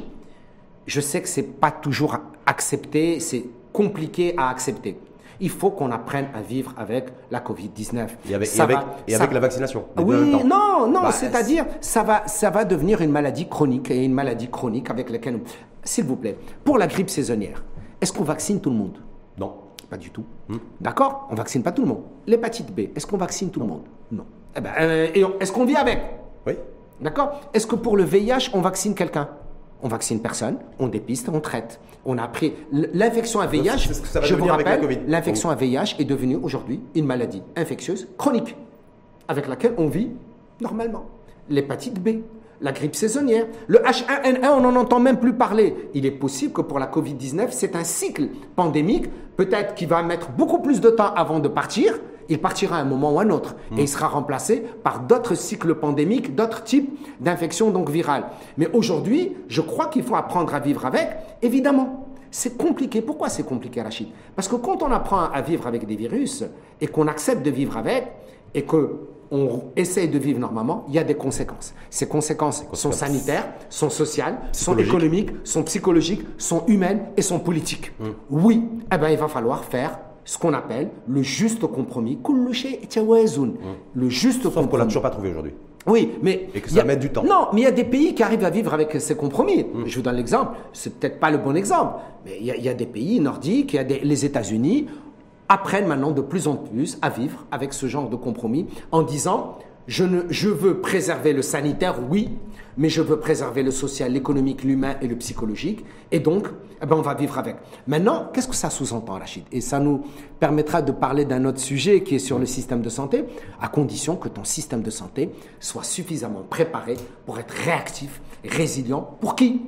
Je sais que c'est pas toujours accepté, c'est compliqué à accepter. Il faut qu'on apprenne à vivre avec la covid dix-neuf. Et avec, et avec, va, et avec ça... la vaccination. Oui, non, non, bah, c'est-à-dire, ça va, ça va devenir une maladie chronique et une maladie chronique avec laquelle, nous... s'il vous plaît, pour la grippe saisonnière, est-ce qu'on vaccine tout le monde? Non. Pas du tout. Hum. D'accord? On ne vaccine pas tout le monde. L'hépatite B, est-ce qu'on vaccine tout non. le monde? Non. Eh ben, euh, et est-ce qu'on vit avec? Oui. D'accord? Est-ce que pour le V I H, on vaccine quelqu'un? On vaccine personne, on dépiste, on traite. On a appris l'infection à V I H. C'est ce que ça va je vous rappelle, l'infection à V I H est devenue aujourd'hui une maladie infectieuse chronique avec laquelle on vit normalement. L'hépatite B, la grippe saisonnière, le H un N un, on n'en entend même plus parler. Il est possible que pour la covid dix-neuf, c'est un cycle pandémique, peut-être qu'il va mettre beaucoup plus de temps avant de partir. Il partira à un moment ou à un autre mmh. et il sera remplacé par d'autres cycles pandémiques, d'autres types d'infections donc virales. Mais aujourd'hui, je crois qu'il faut apprendre à vivre avec, évidemment. C'est compliqué. Pourquoi c'est compliqué, Rachid? Parce que quand on apprend à vivre avec des virus et qu'on accepte de vivre avec et qu'on essaye de vivre normalement, il y a des conséquences. Ces conséquences sont sanitaires, sont sociales, sont économiques, sont psychologiques, sont humaines et sont politiques. Mmh. Oui, eh ben, il va falloir faire ce qu'on appelle le juste compromis. Mmh. Le juste Sauf compromis. qu'on l'a toujours pas trouvé aujourd'hui. Oui, mais... Et que ça a, met du temps. Non, mais il y a des pays qui arrivent à vivre avec ces compromis. Mmh. Je vous donne l'exemple. C'est peut-être pas le bon exemple, mais il y a, il y a des pays nordiques, il y a des, les États-Unis apprennent maintenant de plus en plus à vivre avec ce genre de compromis en disant je, ne, je veux préserver le sanitaire, oui, mais je veux préserver le social, l'économique, l'humain et le psychologique. Et donc, eh ben, on va vivre avec. Maintenant, qu'est-ce que ça sous-entend, Rachid? Et ça nous permettra de parler d'un autre sujet qui est sur le système de santé, à condition que ton système de santé soit suffisamment préparé pour être réactif, résilient. Pour qui?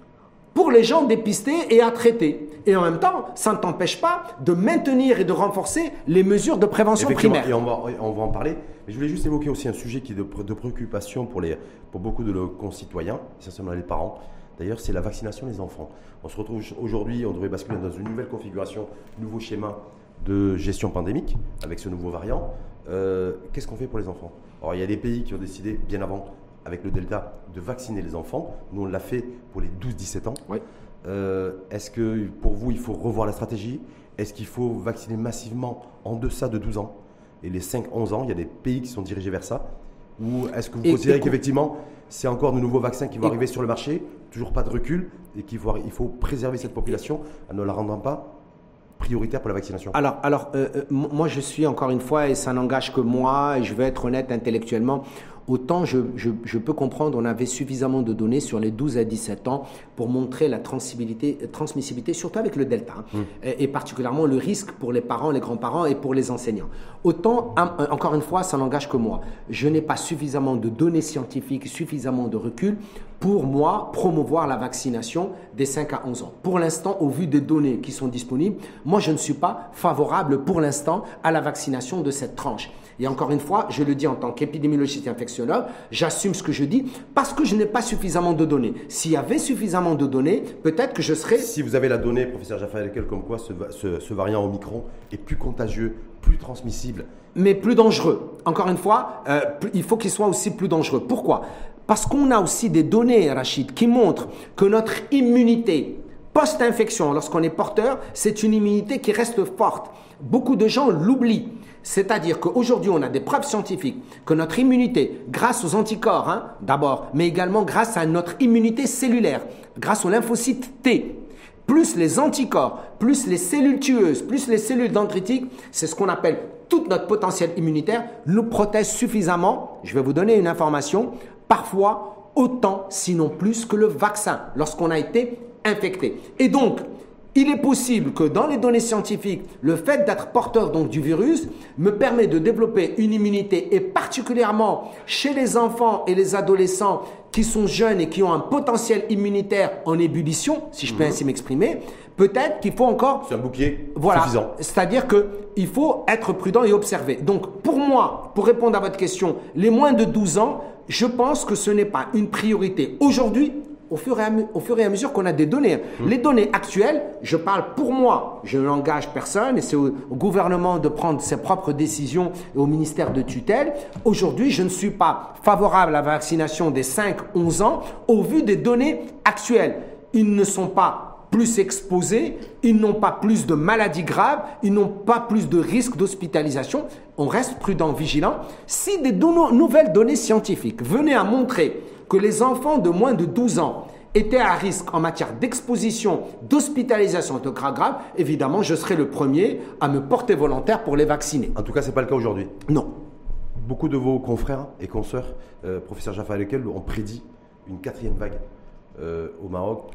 Pour les gens dépistés et à traiter. Et en même temps, ça ne t'empêche pas de maintenir et de renforcer les mesures de prévention primaire. Et on va, on va en parler. Mais je voulais juste évoquer aussi un sujet qui est de, de préoccupation pour, les, pour beaucoup de nos concitoyens, essentiellement les parents. D'ailleurs, c'est la vaccination des enfants. On se retrouve aujourd'hui, on devrait basculer dans une nouvelle configuration, un nouveau schéma de gestion pandémique avec ce nouveau variant. Euh, Qu'est-ce qu'on fait pour les enfants? Alors, il y a des pays qui ont décidé bien avant, avec le Delta, de vacciner les enfants. Nous, on l'a fait pour les douze dix-sept ans. Oui. Euh, Est-ce que pour vous, il faut revoir la stratégie? Est-ce qu'il faut vacciner massivement en deçà de douze ans? Et les cinq onze ans, il y a des pays qui sont dirigés vers ça? Ou est-ce que vous et, considérez qu'effectivement, c'est encore de nouveaux vaccins qui vont et, arriver sur le marché, toujours pas de recul, et qu'il faut, il faut préserver cette population en ne la rendant pas prioritaire pour la vaccination? Alors, alors euh, euh, moi, je suis, encore une fois, et ça n'engage que moi, et je vais être honnête intellectuellement, autant je, je, je peux comprendre, on avait suffisamment de données sur les douze à dix-sept ans pour montrer la transmissibilité, transmissibilité surtout avec le Delta, hein, mmh. et, et particulièrement le risque pour les parents, les grands-parents et pour les enseignants. Autant, un, encore une fois, ça n'engage que moi. Je n'ai pas suffisamment de données scientifiques, suffisamment de recul pour moi promouvoir la vaccination des cinq à onze ans. Pour l'instant, au vu des données qui sont disponibles, moi je ne suis pas favorable pour l'instant à la vaccination de cette tranche. Et encore une fois, je le dis en tant qu'épidémiologiste et infectiologue, j'assume ce que je dis parce que je n'ai pas suffisamment de données. S'il y avait suffisamment de données, peut-être que je serais... Si vous avez la donnée, professeur Jaffa Elekel, comme quoi ce, ce, ce variant Omicron est plus contagieux, plus transmissible. Mais plus dangereux. Encore une fois, euh, il faut qu'il soit aussi plus dangereux. Pourquoi? Parce qu'on a aussi des données, Rachid, qui montrent que notre immunité post-infection, lorsqu'on est porteur, c'est une immunité qui reste forte. Beaucoup de gens l'oublient. C'est-à-dire qu'aujourd'hui, on a des preuves scientifiques que notre immunité, grâce aux anticorps hein, d'abord, mais également grâce à notre immunité cellulaire, grâce aux lymphocytes T, plus les anticorps, plus les cellules tueuses, plus les cellules dendritiques, c'est ce qu'on appelle tout notre potentiel immunitaire, nous protège suffisamment, je vais vous donner une information, parfois autant, sinon plus que le vaccin, lorsqu'on a été infecté. Et donc, il est possible que dans les données scientifiques, le fait d'être porteur donc du virus me permet de développer une immunité et particulièrement chez les enfants et les adolescents qui sont jeunes et qui ont un potentiel immunitaire en ébullition, si je peux mmh. ainsi m'exprimer, peut-être qu'il faut encore... C'est un bouclier voilà, suffisant. C'est-à-dire qu'il faut être prudent et observer. Donc pour moi, pour répondre à votre question, les moins de douze ans, je pense que ce n'est pas une priorité aujourd'hui. Au fur, et à, au fur et à mesure qu'on a des données. Mmh. Les données actuelles, je parle pour moi, je n'engage personne et c'est au, au gouvernement de prendre ses propres décisions et au ministère de tutelle. Aujourd'hui, je ne suis pas favorable à la vaccination des cinq à onze ans au vu des données actuelles. Ils ne sont pas plus exposés, ils n'ont pas plus de maladies graves, ils n'ont pas plus de risques d'hospitalisation. On reste prudent, vigilant. Si des don- nouvelles données scientifiques venaient à montrer que les enfants de moins de douze ans étaient à risque en matière d'exposition, d'hospitalisation de cas graves, évidemment, je serai le premier à me porter volontaire pour les vacciner. En tout cas, ce n'est pas le cas aujourd'hui. Non. Beaucoup de vos confrères et consoeurs, euh, professeur Jaffa Elekel, ont prédit une quatrième vague euh, au Maroc.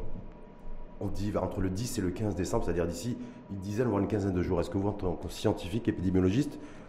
On dit entre le dix et le quinze décembre, c'est-à-dire d'ici une dizaine voire une quinzaine de jours. Est-ce que vous, en tant que scientifique, épidémiologiste,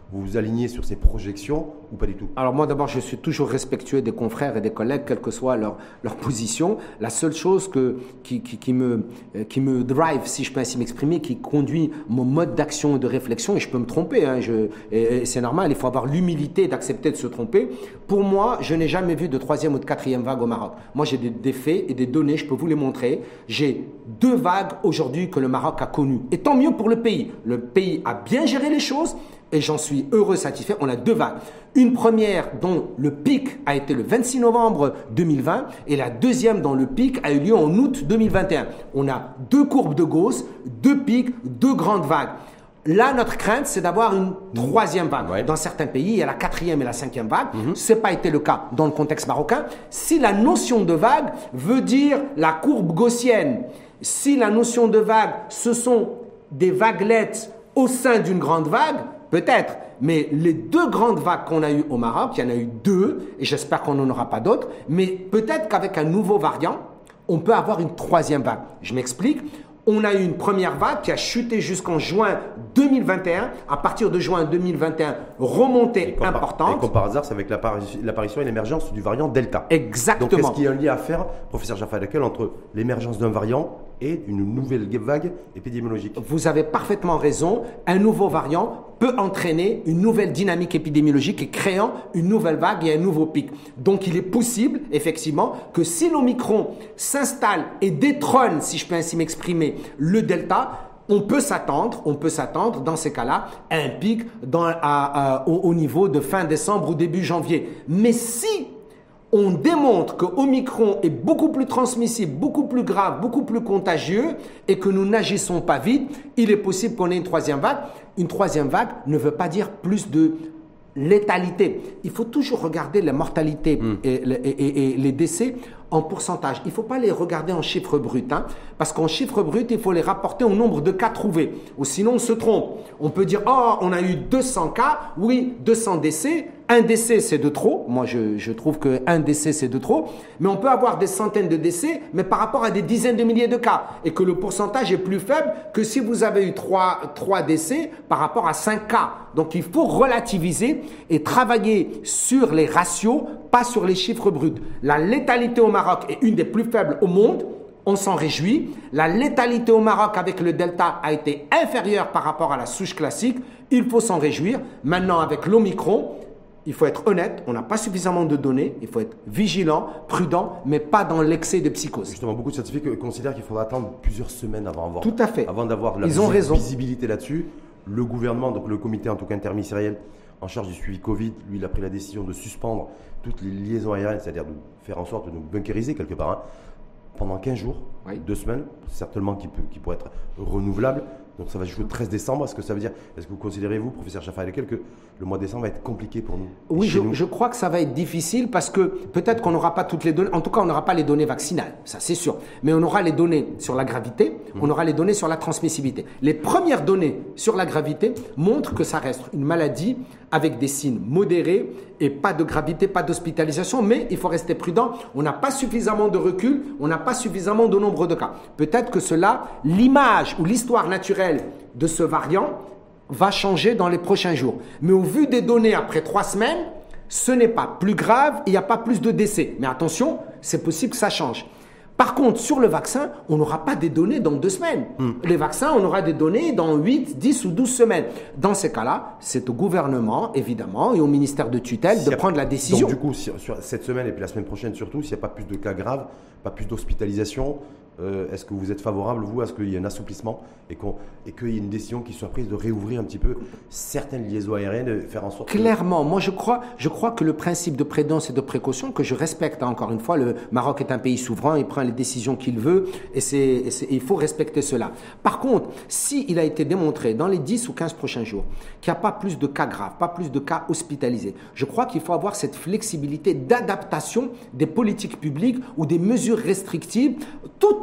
vous vous alignez sur ces projections ou pas du tout? Alors moi d'abord, je suis toujours respectueux des confrères et des collègues, quelle que soit leur, leur position. La seule chose que, qui, qui, qui, me, qui me drive, si je peux ainsi m'exprimer, qui conduit mon mode d'action et de réflexion, et je peux me tromper, hein, je, et, et c'est normal, il faut avoir l'humilité d'accepter de se tromper. Pour moi, je n'ai jamais vu de troisième ou de quatrième vague au Maroc. Moi j'ai des, des faits et des données, je peux vous les montrer. J'ai deux vagues aujourd'hui que le Maroc a connues. Et tant mieux pour le pays. Le pays a bien géré les choses. Et j'en suis heureux, satisfait. On a deux vagues. Une première dont le pic a été le vingt-six novembre deux mille vingt et la deuxième dont le pic a eu lieu en août deux mille vingt et un. On a deux courbes de Gauss, deux pics, deux grandes vagues. Là, notre crainte, c'est d'avoir une troisième vague. Ouais. Dans certains pays, il y a la quatrième et la cinquième vague. Mm-hmm. Ce n'est pas été le cas dans le contexte marocain. Si la notion de vague veut dire la courbe gaussienne, si la notion de vague, ce sont des vaguelettes au sein d'une grande vague, peut-être, mais les deux grandes vagues qu'on a eues au Maroc, il y en a eu deux, et j'espère qu'on n'en aura pas d'autres, mais peut-être qu'avec un nouveau variant, on peut avoir une troisième vague. Je m'explique. On a eu une première vague qui a chuté jusqu'en juin deux mille vingt et un. À partir de juin deux mille vingt et un, remontée et importante. Et comme par hasard, c'est avec l'apparition et l'émergence du variant Delta. Exactement. Donc, est-ce qu'il y a un lien à faire, professeur Jaffa Alekel, entre l'émergence d'un variant et une nouvelle vague épidémiologique? Vous avez parfaitement raison. Un nouveau variant peut entraîner une nouvelle dynamique épidémiologique et créant une nouvelle vague et un nouveau pic. Donc, il est possible, effectivement, que si l'Omicron s'installe et détrône, si je peux ainsi m'exprimer, le Delta, on peut s'attendre, on peut s'attendre dans ces cas-là à un pic dans, à, à, au, au niveau de fin décembre ou début janvier. Mais si on démontre que Omicron est beaucoup plus transmissible, beaucoup plus grave, beaucoup plus contagieux et que nous n'agissons pas vite, il est possible qu'on ait une troisième vague. Une troisième vague ne veut pas dire plus de létalité. Il faut toujours regarder la mortalité mmh. et, et, et, et les décès en pourcentage. Il ne faut pas les regarder en chiffres bruts, hein, parce qu'en chiffres bruts, il faut les rapporter au nombre de cas trouvés. Ou sinon, on se trompe. On peut dire, oh, on a eu deux cents cas, oui, deux cents décès. Un décès, c'est de trop. Moi, je, je trouve qu'un décès, c'est de trop. Mais on peut avoir des centaines de décès, mais par rapport à des dizaines de milliers de cas. Et que le pourcentage est plus faible que si vous avez eu trois, trois décès par rapport à cinq cas. Donc, il faut relativiser et travailler sur les ratios, pas sur les chiffres bruts. La létalité au Maroc est une des plus faibles au monde. On s'en réjouit. La létalité au Maroc avec le Delta a été inférieure par rapport à la souche classique. Il faut s'en réjouir. Maintenant, avec l'Omicron, il faut être honnête, on n'a pas suffisamment de données, il faut être vigilant, prudent, mais pas dans l'excès de psychose. Justement, beaucoup de scientifiques considèrent qu'il faudra attendre plusieurs semaines avant, avoir, Tout à fait. avant d'avoir la Ils ont raison. visibilité là-dessus. Le gouvernement, donc le comité en tout cas interministériel en charge du suivi Covid, lui, il a pris la décision de suspendre toutes les liaisons aériennes, c'est-à-dire de faire en sorte de nous bunkériser quelque part, hein, pendant quinze jours, oui. deux semaines, certainement qui, peut, qui pourrait être renouvelable. Donc ça va jusqu'au treize décembre. Est-ce que ça veut dire, est-ce que vous considérez, vous, professeur Jaffa Alekel, que le mois de décembre va être compliqué pour nous? Oui, je, je crois que ça va être difficile parce que peut-être qu'on n'aura pas toutes les données. En tout cas, on n'aura pas les données vaccinales, ça c'est sûr. Mais on aura les données sur la gravité, mmh. on aura les données sur la transmissibilité. Les premières données sur la gravité montrent que ça reste une maladie avec des signes modérés et pas de gravité, pas d'hospitalisation. Mais il faut rester prudent. On n'a pas suffisamment de recul, on n'a pas suffisamment de nombre de cas. Peut-être que cela, l'image ou l'histoire naturelle de ce variant va changer dans les prochains jours. Mais au vu des données après trois semaines, ce n'est pas plus grave, il n'y a pas plus de décès. Mais attention, c'est possible que ça change. Par contre, sur le vaccin, on n'aura pas des données dans deux semaines. Mm. Les vaccins, on aura des données dans huit, dix ou douze semaines. Dans ces cas-là, c'est au gouvernement, évidemment, et au ministère de tutelle si de prendre la décision. Donc du coup, sur, sur cette semaine et puis la semaine prochaine surtout, s'il n'y a pas plus de cas graves, pas plus d'hospitalisation, euh, est-ce que vous êtes favorable, vous, à ce qu'il y ait un assouplissement et, qu'on, et qu'il y ait une décision qui soit prise de réouvrir un petit peu certaines liaisons aériennes, de faire en sorte… Clairement, que... moi je crois, je crois que le principe de prudence et de précaution, que je respecte hein, encore une fois, le Maroc est un pays souverain, il prend les décisions qu'il veut et, c'est, et, c'est, et il faut respecter cela. Par contre, s'il a été démontré dans les dix ou quinze prochains jours qu'il n'y a pas plus de cas graves, pas plus de cas hospitalisés, je crois qu'il faut avoir cette flexibilité d'adaptation des politiques publiques ou des mesures restrictives tout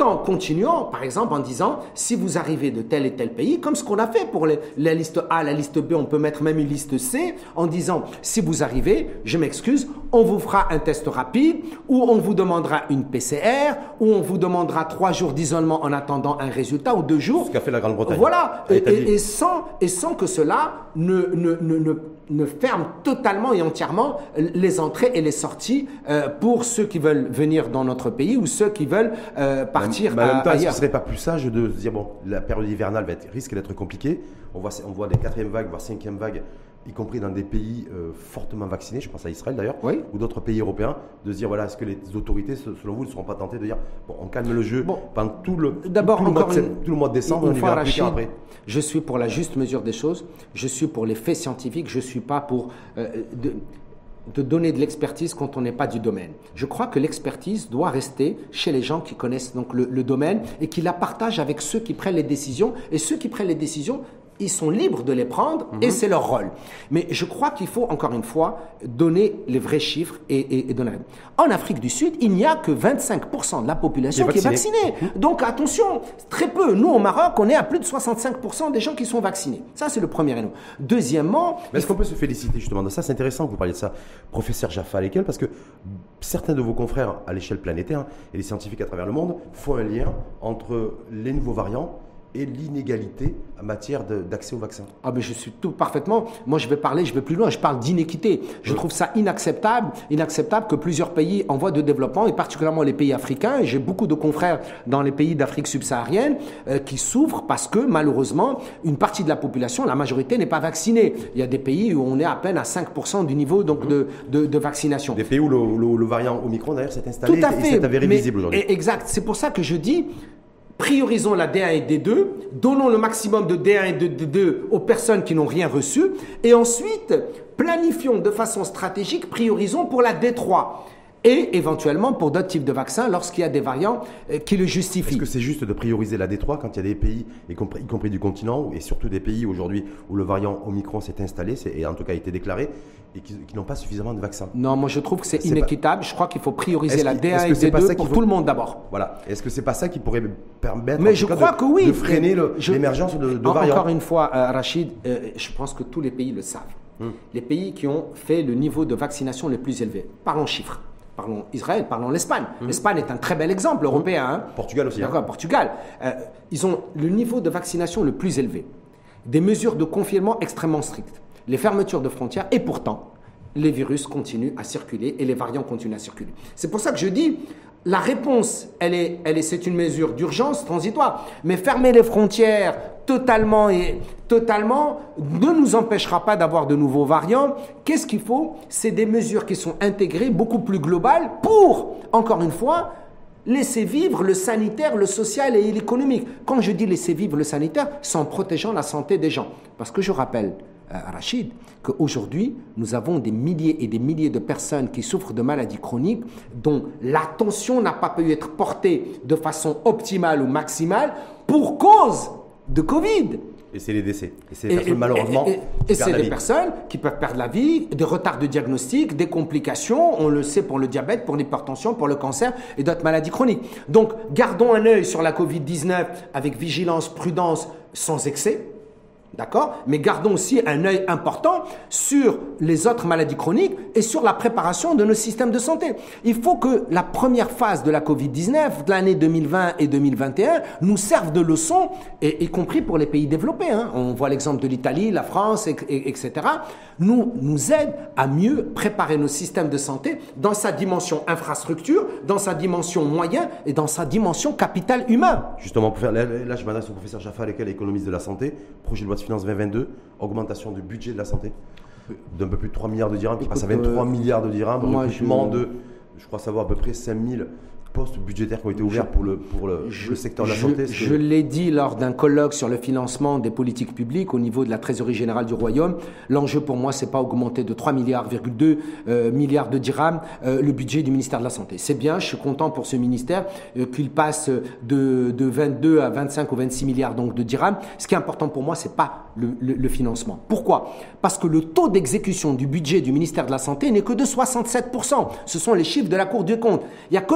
en continuant, par exemple, en disant, si vous arrivez de tel et tel pays, comme ce qu'on a fait pour les, la liste A, la liste B, on peut mettre même une liste C, en disant, si vous arrivez, je m'excuse, on vous fera un test rapide, ou on vous demandera une P C R, ou on vous demandera trois jours d'isolement en attendant un résultat, ou deux jours. Ce qu'a fait la Grande-Bretagne. Voilà, et, et, et, sans, et sans que cela ne, ne, ne, ne, ne ferme totalement et entièrement les entrées et les sorties euh, pour ceux qui veulent venir dans notre pays ou ceux qui veulent euh, partir mais, mais en même temps, à, est-ce que ailleurs. ce serait pas plus sage de se dire, bon, la période hivernale va être, risque d'être compliquée, on voit, on voit des quatrième vagues, voire cinquième vagues, y compris dans des pays euh, fortement vaccinés, je pense à Israël d'ailleurs, oui. ou d'autres pays européens, de se dire, voilà, est-ce que les autorités, selon vous, ne seront pas tentées de dire, bon, on calme le jeu bon, pendant tout le, d'abord, tout, le encore mois de, une, tout le mois de décembre, une fois, Rachid, après. Je suis pour la juste mesure des choses, je suis pour les faits scientifiques, je ne suis pas pour euh, de, de donner de l'expertise quand on n'est pas du domaine. Je crois que l'expertise doit rester chez les gens qui connaissent donc le, le domaine et qui la partagent avec ceux qui prennent les décisions. Et ceux qui prennent les décisions, ils sont libres de les prendre et c'est leur rôle. Mais je crois qu'il faut, encore une fois, donner les vrais chiffres et, et, et donner. En Afrique du Sud, il n'y a que vingt-cinq pour cent de la population qui est vaccinée. Donc attention, très peu. Nous, au Maroc, on est à plus de soixante-cinq pour cent des gens qui sont vaccinés. Ça, c'est le premier élément. Deuxièmement... Mais est-ce qu'on peut se féliciter justement de ça? C'est intéressant que vous parliez de ça, professeur Jaffa Alekel, parce que certains de vos confrères à l'échelle planétaire et les scientifiques à travers le monde font un lien entre les nouveaux variants et l'inégalité en matière d'accès au vaccin. Ah ben je suis tout parfaitement. Moi, je vais parler, je vais plus loin. Je parle d'inéquité. Je oui. trouve ça inacceptable, inacceptable que plusieurs pays en voie de développement, et particulièrement les pays africains, et j'ai beaucoup de confrères dans les pays d'Afrique subsaharienne, euh, qui souffrent parce que, malheureusement, une partie de la population, la majorité, n'est pas vaccinée. Il y a des pays où on est à peine à cinq pour cent du niveau donc, mmh. de, de, de vaccination. Des pays où le, le, le variant Omicron, d'ailleurs, s'est installé tout à fait, et s'est avéré mais, visible aujourd'hui. Exact. C'est pour ça que je dis... Priorisons la D un et D deux, donnons le maximum de D un et de D deux aux personnes qui n'ont rien reçu, et ensuite planifions de façon stratégique, priorisons pour la D trois. Et éventuellement pour d'autres types de vaccins lorsqu'il y a des variants qui le justifient. Est-ce que c'est juste de prioriser la D trois quand il y a des pays, y compris, y compris du continent, et surtout des pays aujourd'hui où le variant Omicron s'est installé, et en tout cas a été déclaré, et qui, qui n'ont pas suffisamment de vaccins? Non, moi je trouve que c'est inéquitable. Pas... Je crois qu'il faut prioriser la D un et D deux pour tout le monde d'abord. Voilà. Est-ce que c'est pas ça qui pourrait permettre Mais je crois de, que oui. de freiner l'émergence de, de en, variants? Encore une fois, euh, Rachid, euh, je pense que tous les pays le savent. Hum. Les pays qui ont fait le niveau de vaccination le plus élevé. Parlons chiffres. Parlons Israël, parlons l'Espagne. Mmh. L'Espagne est un très bel exemple européen. Hein. Portugal aussi. D'accord, hein. Portugal. Euh, ils ont le niveau de vaccination le plus élevé. Des mesures de confinement extrêmement strictes. Les fermetures de frontières et pourtant, les virus continuent à circuler et les variants continuent à circuler. C'est pour ça que je dis, la réponse, elle est, elle est, c'est une mesure d'urgence transitoire. Mais fermer les frontières totalement et totalement ne nous empêchera pas d'avoir de nouveaux variants. Qu'est-ce qu'il faut? C'est des mesures qui sont intégrées, beaucoup plus globales pour, encore une fois, laisser vivre le sanitaire, le social et l'économique. Quand je dis laisser vivre le sanitaire, c'est en protégeant la santé des gens. Parce que je rappelle, euh, Rachid, qu'aujourd'hui, nous avons des milliers et des milliers de personnes qui souffrent de maladies chroniques dont l'attention n'a pas pu être portée de façon optimale ou maximale pour cause de Covid. Et c'est les décès. Et c'est des personnes, malheureusement, et, et, et c'est des personnes qui peuvent perdre la vie, des retards de diagnostic, des complications, on le sait pour le diabète, pour l'hypertension, pour le cancer et d'autres maladies chroniques. Donc, gardons un œil sur la Covid dix-neuf avec vigilance, prudence, sans excès. D'accord? Mais gardons aussi un œil important sur les autres maladies chroniques et sur la préparation de nos systèmes de santé. Il faut que la première phase de la Covid dix-neuf, de l'année deux mille vingt et deux mille vingt et un, nous serve de leçon, et, y compris pour les pays développés. Hein. On voit l'exemple de l'Italie, la France, et, et, etc. Nous, nous aide à mieux préparer nos systèmes de santé dans sa dimension infrastructure, dans sa dimension moyen et dans sa dimension capital humain. Justement, pour faire, là, là je m'adresse au professeur Jaffa Alekel, économiste de la santé, projet de loi de finances vingt vingt-deux, augmentation du budget de la santé d'un peu plus de trois milliards de dirhams, qui passe à vingt-trois milliards de dirhams, recrutement je... de, je crois savoir, à peu près cinq mille postes budgétaires qui ont été ouverts je, pour, le, pour le, je, le secteur de la je, santé. Je que... l'ai dit lors d'un colloque sur le financement des politiques publiques au niveau de la trésorerie générale du Royaume. L'enjeu pour moi, c'est pas augmenter de trois milliards virgule deux euh, milliards de dirhams euh, le budget du ministère de la Santé. C'est bien, je suis content pour ce ministère euh, qu'il passe de, de vingt-deux à vingt-cinq ou vingt-six milliards donc, de dirhams. Ce qui est important pour moi, c'est pas le, le, le financement. Pourquoi? Parce que le taux d'exécution du budget du ministère de la Santé n'est que de soixante-sept pour cent. Ce sont les chiffres de la Cour des comptes. Il n'y a que soixante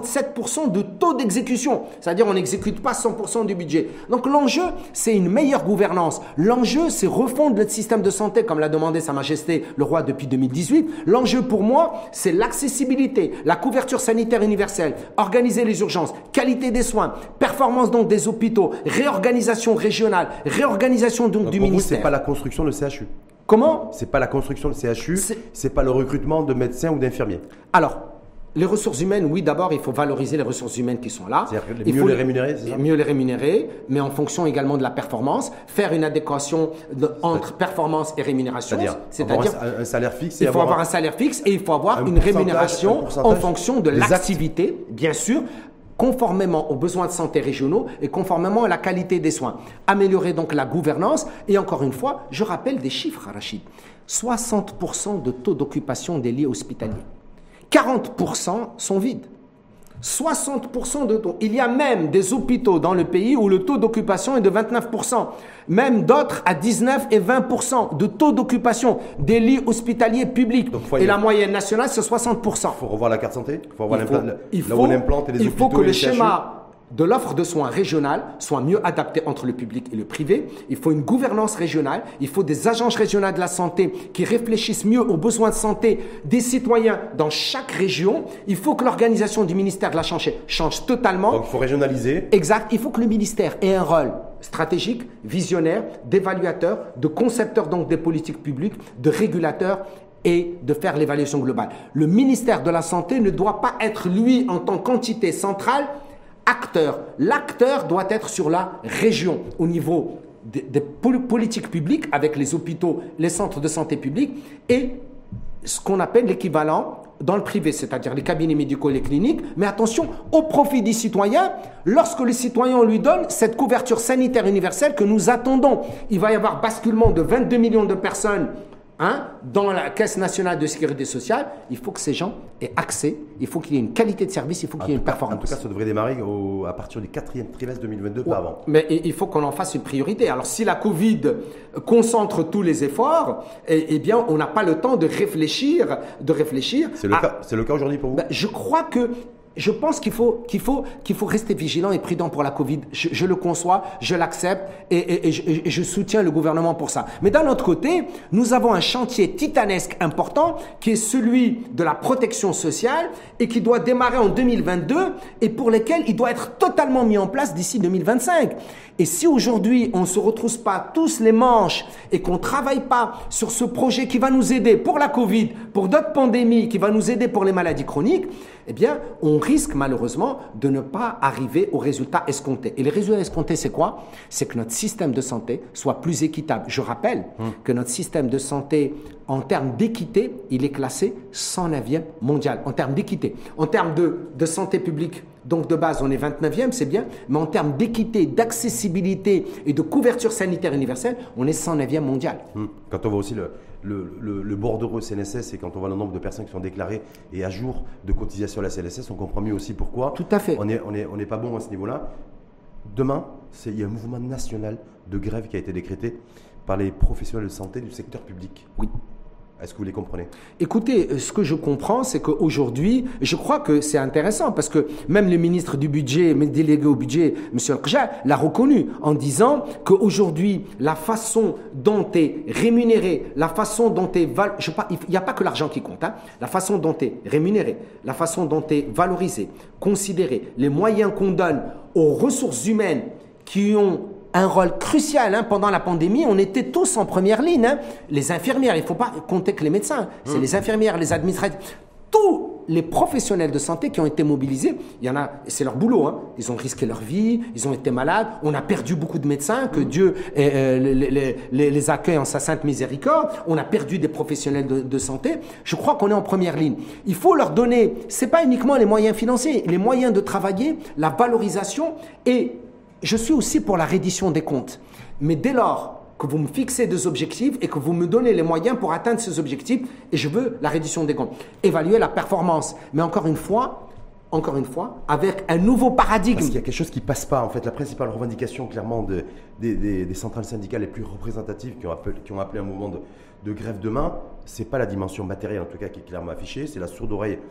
soixante-sept pour cent de taux d'exécution. C'est-à-dire on n'exécute pas cent pour cent du budget. Donc l'enjeu, c'est une meilleure gouvernance. L'enjeu, c'est refondre notre système de santé, comme l'a demandé Sa Majesté le Roi depuis deux mille dix-huit. L'enjeu pour moi, c'est l'accessibilité, la couverture sanitaire universelle, organiser les urgences, qualité des soins, performance donc des hôpitaux, réorganisation régionale, réorganisation donc, donc du pour ministère. Vous, c'est pas la construction de C H U. Comment? C'est pas la construction de C H U, c'est pas le recrutement de médecins ou d'infirmiers. Alors, les ressources humaines, oui, d'abord, il faut valoriser les ressources humaines qui sont là. C'est-à-dire il mieux faut les rémunérer, c'est ça? Mieux les rémunérer, mais en fonction également de la performance, faire une adéquation de, entre performance et rémunération. C'est-à-dire un, un salaire fixe. Il faut avoir un salaire fixe et il faut avoir une rémunération en fonction de l'activité, bien sûr, conformément aux besoins de santé régionaux et conformément à la qualité des soins. Améliorer donc la gouvernance. Et encore une fois, je rappelle des chiffres, Rachid. soixante pour cent de taux d'occupation des lits hospitaliers. quarante pour cent sont vides. soixante pour cent de taux. Il y a même des hôpitaux dans le pays où le taux d'occupation est de vingt-neuf pour cent. Même d'autres à dix-neuf et vingt pour cent de taux d'occupation des lits hospitaliers publics. Donc, et la moyenne nationale, c'est soixante pour cent. Il faut revoir la carte santé. Il faut revoir il faut, il faut, les il faut que le schéma de l'offre de soins régionale soit mieux adapté entre le public et le privé. Il faut une gouvernance régionale. Il faut des agences régionales de la santé qui réfléchissent mieux aux besoins de santé des citoyens dans chaque région. Il faut que l'organisation du ministère de la Santé change totalement. Donc il faut régionaliser. Exact. Il faut que le ministère ait un rôle stratégique, visionnaire, d'évaluateur, de concepteur donc des politiques publiques, de régulateur et de faire l'évaluation globale. Le ministère de la Santé ne doit pas être, lui, en tant qu'entité centrale, acteur. L'acteur doit être sur la région, au niveau des, des politiques publiques, avec les hôpitaux, les centres de santé publics, et ce qu'on appelle l'équivalent dans le privé, c'est-à-dire les cabinets médicaux, les cliniques, mais attention, au profit des citoyens, lorsque les citoyens on lui donne cette couverture sanitaire universelle que nous attendons. Il va y avoir basculement de vingt-deux millions de personnes Hein, dans la Caisse nationale de sécurité sociale. Il faut que ces gens aient accès, il faut qu'il y ait une qualité de service, il faut qu'il y ait une performance. En tout cas, ça devrait démarrer au, à partir du quatrième trimestre deux mille vingt-deux, ouais, pas avant. Mais il faut qu'on en fasse une priorité. Alors, si la Covid concentre tous les efforts, eh, eh bien, on n'a pas le temps de réfléchir. De réfléchir. C'est le, le cas aujourd'hui pour vous? Ben, je crois que Je pense qu'il faut, qu'il faut, qu'il faut rester vigilant et prudent pour la Covid. Je, je le conçois, je l'accepte et, et, et, je, et je soutiens le gouvernement pour ça. Mais d'un autre côté, nous avons un chantier titanesque important qui est celui de la protection sociale et qui doit démarrer en deux mille vingt-deux et pour lequel il doit être totalement mis en place d'ici deux mille vingt-cinq. Et si aujourd'hui, on ne se retrousse pas tous les manches et qu'on ne travaille pas sur ce projet qui va nous aider pour la Covid, pour d'autres pandémies, qui va nous aider pour les maladies chroniques, eh bien, on risque malheureusement de ne pas arriver aux résultats escomptés. Et les résultats escomptés, c'est quoi? C'est que notre système de santé soit plus équitable. Je rappelle mmh. que notre système de santé, en termes d'équité, il est classé cent neuvième mondial. En termes d'équité. En termes de, de santé publique, donc de base, on est vingt-neuvième, c'est bien. Mais en termes d'équité, d'accessibilité et de couverture sanitaire universelle, on est cent neuvième mondial. Mmh. Quand on voit aussi le... Le, le, le bordereau C N S S et quand on voit le nombre de personnes qui sont déclarées et à jour de cotisation à la C N S S, on comprend mieux aussi pourquoi. Tout à fait. On n'est on est, on est pas bon à ce niveau-là. Demain, il y a un mouvement national de grève qui a été décrété par les professionnels de santé du secteur public. Oui. Est-ce que vous les comprenez? Écoutez, ce que je comprends, c'est qu'aujourd'hui, je crois que c'est intéressant parce que même le ministre du budget, le délégué au budget, M. Al-Kja, l'a reconnu en disant qu'aujourd'hui, la façon dont est rémunéré, la façon dont est val... je pas, il n'y a pas que l'argent qui compte, hein, la façon dont est rémunéré, la façon dont est valorisé, considéré, les moyens qu'on donne aux ressources humaines qui ont un rôle crucial hein, pendant la pandémie. On était tous en première ligne. Hein. Les infirmières, il ne faut pas compter que les médecins. C'est mmh. les infirmières, les administratifs. Tous les professionnels de santé qui ont été mobilisés, il y en a, c'est leur boulot. Hein. Ils ont risqué leur vie, ils ont été malades. On a perdu beaucoup de médecins, que mmh. Dieu euh, les, les, les, les accueille en sa sainte miséricorde. On a perdu des professionnels de, de santé. Je crois qu'on est en première ligne. Il faut leur donner, ce n'est pas uniquement les moyens financiers, les moyens de travailler, la valorisation et je suis aussi pour la reddition des comptes. Mais dès lors que vous me fixez des objectifs et que vous me donnez les moyens pour atteindre ces objectifs, et je veux la reddition des comptes. Évaluer la performance. Mais encore une fois, encore une fois, avec un nouveau paradigme. Parce qu'il y a quelque chose qui ne passe pas. En fait, la principale revendication, clairement, de, des, des, des centrales syndicales les plus représentatives qui ont appelé, qui ont appelé un mouvement de, de grève demain, ce n'est pas la dimension matérielle, en tout cas, qui est clairement affichée. C'est la sourde oreille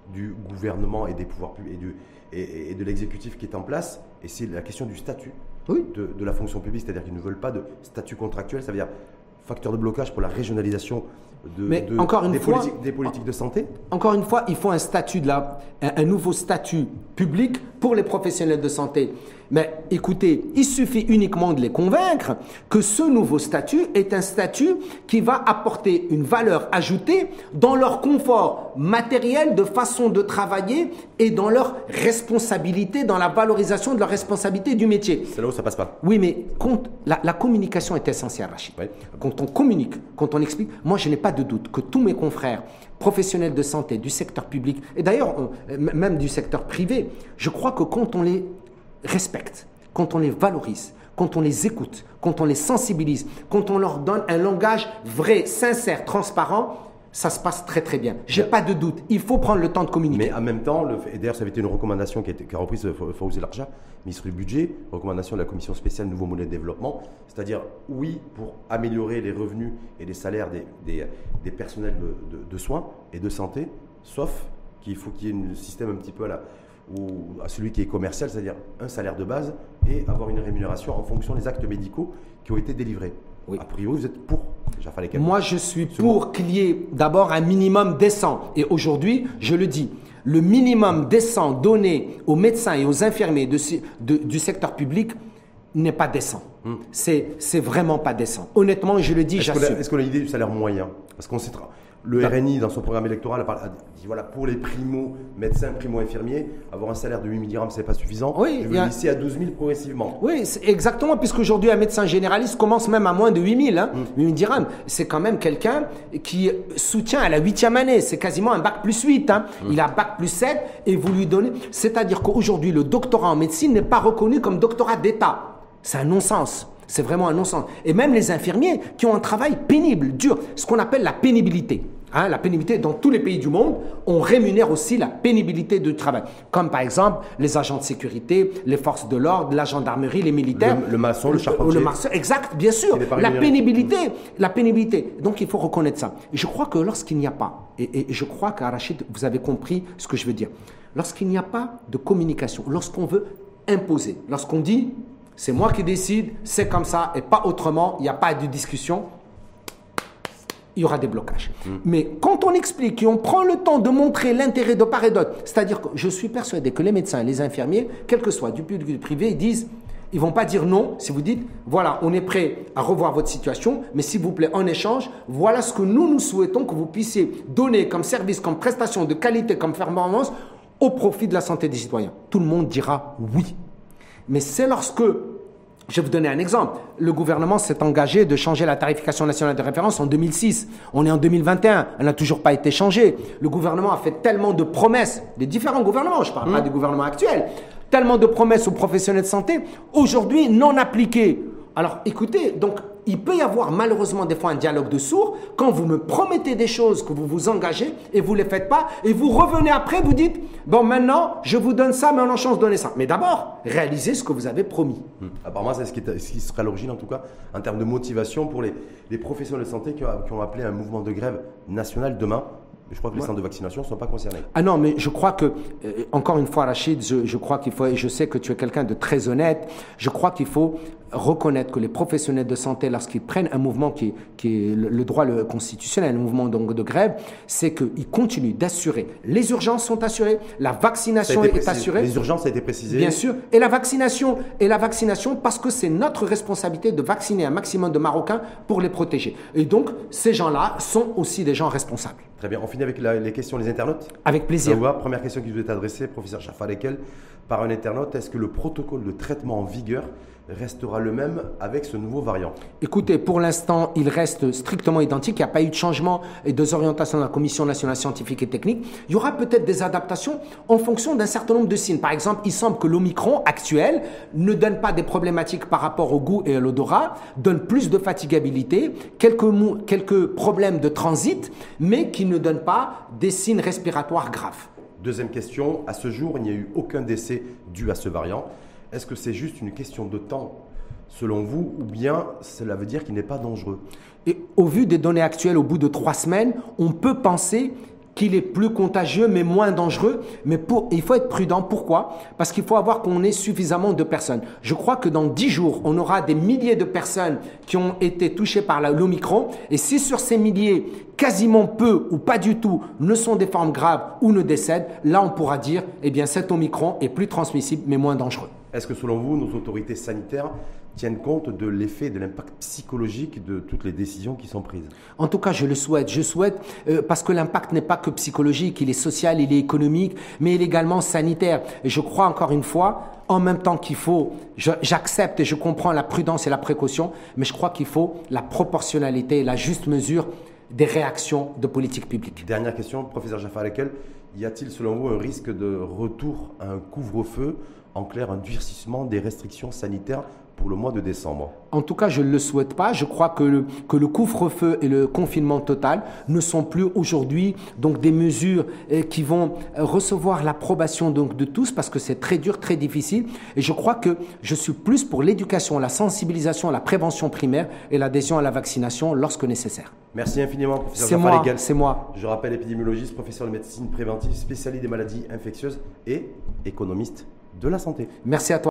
du gouvernement et des pouvoirs publics et, du, et, et de l'exécutif qui est en place, et c'est la question du statut oui. de, de la fonction publique, c'est-à-dire qu'ils ne veulent pas de statut contractuel, ça veut dire facteur de blocage pour la régionalisation de, Mais de, encore une des, fois, politiques, des politiques de santé. Encore une fois, il faut un statut de la, un, un nouveau statut public pour les professionnels de santé. Mais écoutez, il suffit uniquement de les convaincre que ce nouveau statut est un statut qui va apporter une valeur ajoutée dans leur confort matériel de façon de travailler et dans leur responsabilité, dans la valorisation de leur responsabilité du métier. C'est là où ça passe pas. Oui, mais quand, la, la communication est essentielle, Rachid. Oui. Quand on communique, quand on explique, moi je n'ai pas de doute que tous mes confrères professionnels de santé, du secteur public, et d'ailleurs même du secteur privé, je crois que quand on les respecte, quand on les valorise, quand on les écoute, quand on les sensibilise, quand on leur donne un langage vrai, sincère, transparent, ça se passe très très bien. J'ai pas de doute. Il faut prendre le temps de communiquer. Mais en même temps, le, et d'ailleurs ça avait été une recommandation qui a, été, qui a reprise Fawzi Larja, ministre du Budget, recommandation de la Commission spéciale Nouveau Modèle de Développement, c'est-à-dire oui pour améliorer les revenus et les salaires des, des, des personnels de, de, de soins et de santé, sauf qu'il faut qu'il y ait un système un petit peu à la... ou à celui qui est commercial, c'est-à-dire un salaire de base et avoir une rémunération en fonction des actes médicaux qui ont été délivrés. Oui. A priori, vous êtes pour Jaffa Lekel. Moi, je suis pour qu'il y ait d'abord un minimum décent. Et aujourd'hui, je le dis, le minimum décent donné aux médecins et aux infirmiers de, de, du secteur public n'est pas décent. Hum. C'est, c'est vraiment pas décent. Honnêtement, je le dis, est-ce j'assume. Qu'on a, est-ce qu'on a l'idée du salaire moyen? Parce qu'on sait... Le R N I, dans son programme électoral, a dit voilà, pour les primo-médecins, primo-infirmiers, avoir un salaire de huit mille dirhams, ce n'est pas suffisant. Oui, je veux un... lisser à douze mille progressivement. Oui, c'est exactement, puisqu'aujourd'hui, un médecin généraliste commence même à moins de huit mille. Hein, mm. huit mille dirhams. C'est quand même quelqu'un qui soutient à la huitième année. C'est quasiment un bac plus huit. Hein. Mm. Il a bac plus sept et vous lui donnez. C'est-à-dire qu'aujourd'hui, le doctorat en médecine n'est pas reconnu comme doctorat d'État. C'est un non-sens. C'est vraiment un non-sens. Et même les infirmiers qui ont un travail pénible, dur, ce qu'on appelle la pénibilité. Hein, la pénibilité, dans tous les pays du monde, on rémunère aussi la pénibilité du travail. Comme par exemple les agents de sécurité, les forces de l'ordre, la gendarmerie, les militaires. Le, le maçon, le charpentier. Le maçon, exact, bien sûr. La pénibilité, la pénibilité. Donc il faut reconnaître ça. Et je crois que lorsqu'il n'y a pas, et, et je crois qu'Arachid, vous avez compris ce que je veux dire. Lorsqu'il n'y a pas de communication, lorsqu'on veut imposer, lorsqu'on dit c'est moi qui décide, c'est comme ça et pas autrement, il n'y a pas de discussion, il y aura des blocages. Mmh. Mais quand on explique et on prend le temps de montrer l'intérêt de part et d'autre, c'est-à-dire que je suis persuadé que les médecins et les infirmiers, quel que soit du public ou du privé, ils disent, ils ne vont pas dire non si vous dites, voilà, on est prêt à revoir votre situation, mais s'il vous plaît, en échange, voilà ce que nous, nous souhaitons que vous puissiez donner comme service, comme prestation de qualité, comme performance, au profit de la santé des citoyens. Tout le monde dira oui. Mais c'est lorsque, je vais vous donner un exemple, le gouvernement s'est engagé de changer la tarification nationale de référence en deux mille six. On est en deux mille vingt et un, elle n'a toujours pas été changée. Le gouvernement a fait tellement de promesses, des différents gouvernements, je ne parle mmh. pas du gouvernement actuel, tellement de promesses aux professionnels de santé, aujourd'hui non appliquées. Alors écoutez, donc il peut y avoir malheureusement des fois un dialogue de sourds quand vous me promettez des choses, que vous vous engagez et vous ne les faites pas et vous revenez après, vous dites bon maintenant je vous donne ça mais en échange donnez ça. Mais d'abord, réalisez ce que vous avez promis. Hum. Apparemment c'est ce qui, est, ce qui sera l'origine en tout cas en termes de motivation pour les, les professionnels de santé qui ont, qui ont appelé un mouvement de grève national demain. Je crois que les ouais. centres de vaccination ne sont pas concernés. Ah non, mais je crois que, euh, encore une fois, Rachid, je, je crois qu'il faut, et je sais que tu es quelqu'un de très honnête, je crois qu'il faut reconnaître que les professionnels de santé, lorsqu'ils prennent un mouvement qui, qui est le, le droit le constitutionnel, un mouvement donc de grève, c'est qu'ils continuent d'assurer. Les urgences sont assurées, la vaccination est précisé. assurée. Les urgences, ça a été précisé. Bien sûr. Et la vaccination, et la vaccination parce que c'est notre responsabilité de vacciner un maximum de Marocains pour les protéger. Et donc, ces gens-là sont aussi des gens responsables. Très bien. On finit avec la, les questions des internautes. Avec plaisir. Ça vous va. Première question qui vous est adressée, professeur Jaffa Lekel, par un internaute. Est-ce que le protocole de traitement en vigueur restera le même avec ce nouveau variant? Écoutez, pour l'instant, il reste strictement identique. Il n'y a pas eu de changement et de orientation de la Commission nationale scientifique et technique. Il y aura peut-être des adaptations en fonction d'un certain nombre de signes. Par exemple, il semble que l'Omicron actuel ne donne pas des problématiques par rapport au goût et à l'odorat, donne plus de fatigabilité, quelques, mou- quelques problèmes de transit, mais qui ne donne pas des signes respiratoires graves. Deuxième question. À ce jour, il n'y a eu aucun décès dû à ce variant. Est-ce que c'est juste une question de temps, selon vous, ou bien cela veut dire qu'il n'est pas dangereux? Et au vu des données actuelles, au bout de trois semaines, on peut penser qu'il est plus contagieux mais moins dangereux. Mais pour, il faut être prudent. Pourquoi? Parce qu'il faut avoir qu'on ait suffisamment de personnes. Je crois que dans dix jours, on aura des milliers de personnes qui ont été touchées par l'Omicron. Et si sur ces milliers, quasiment peu ou pas du tout ne sont des formes graves ou ne décèdent, là on pourra dire, eh bien cet Omicron est plus transmissible mais moins dangereux. Est-ce que selon vous, nos autorités sanitaires tiennent compte de l'effet, de l'impact psychologique de toutes les décisions qui sont prises? En tout cas, je le souhaite. Je souhaite euh, parce que l'impact n'est pas que psychologique, il est social, il est économique, mais il est également sanitaire. Et je crois encore une fois, en même temps qu'il faut, j'accepte et je comprends la prudence et la précaution, mais je crois qu'il faut la proportionnalité et la juste mesure des réactions de politique publique. Dernière question, professeur Jafar Ekel, y a-t-il selon vous un risque de retour à un couvre-feu, en clair un durcissement des restrictions sanitaires pour le mois de décembre? En tout cas, je ne le souhaite pas. Je crois que le, que le couvre-feu et le confinement total ne sont plus aujourd'hui donc des mesures eh, qui vont recevoir l'approbation donc de tous parce que c'est très dur, très difficile. Et je crois que je suis plus pour l'éducation, la sensibilisation, la prévention primaire et l'adhésion à la vaccination lorsque nécessaire. Merci infiniment, professeur C'est Jafar moi, Ekel. c'est moi. Je rappelle, épidémiologiste, professeur de médecine préventive, spécialiste des maladies infectieuses et économiste de la santé. Merci à toi.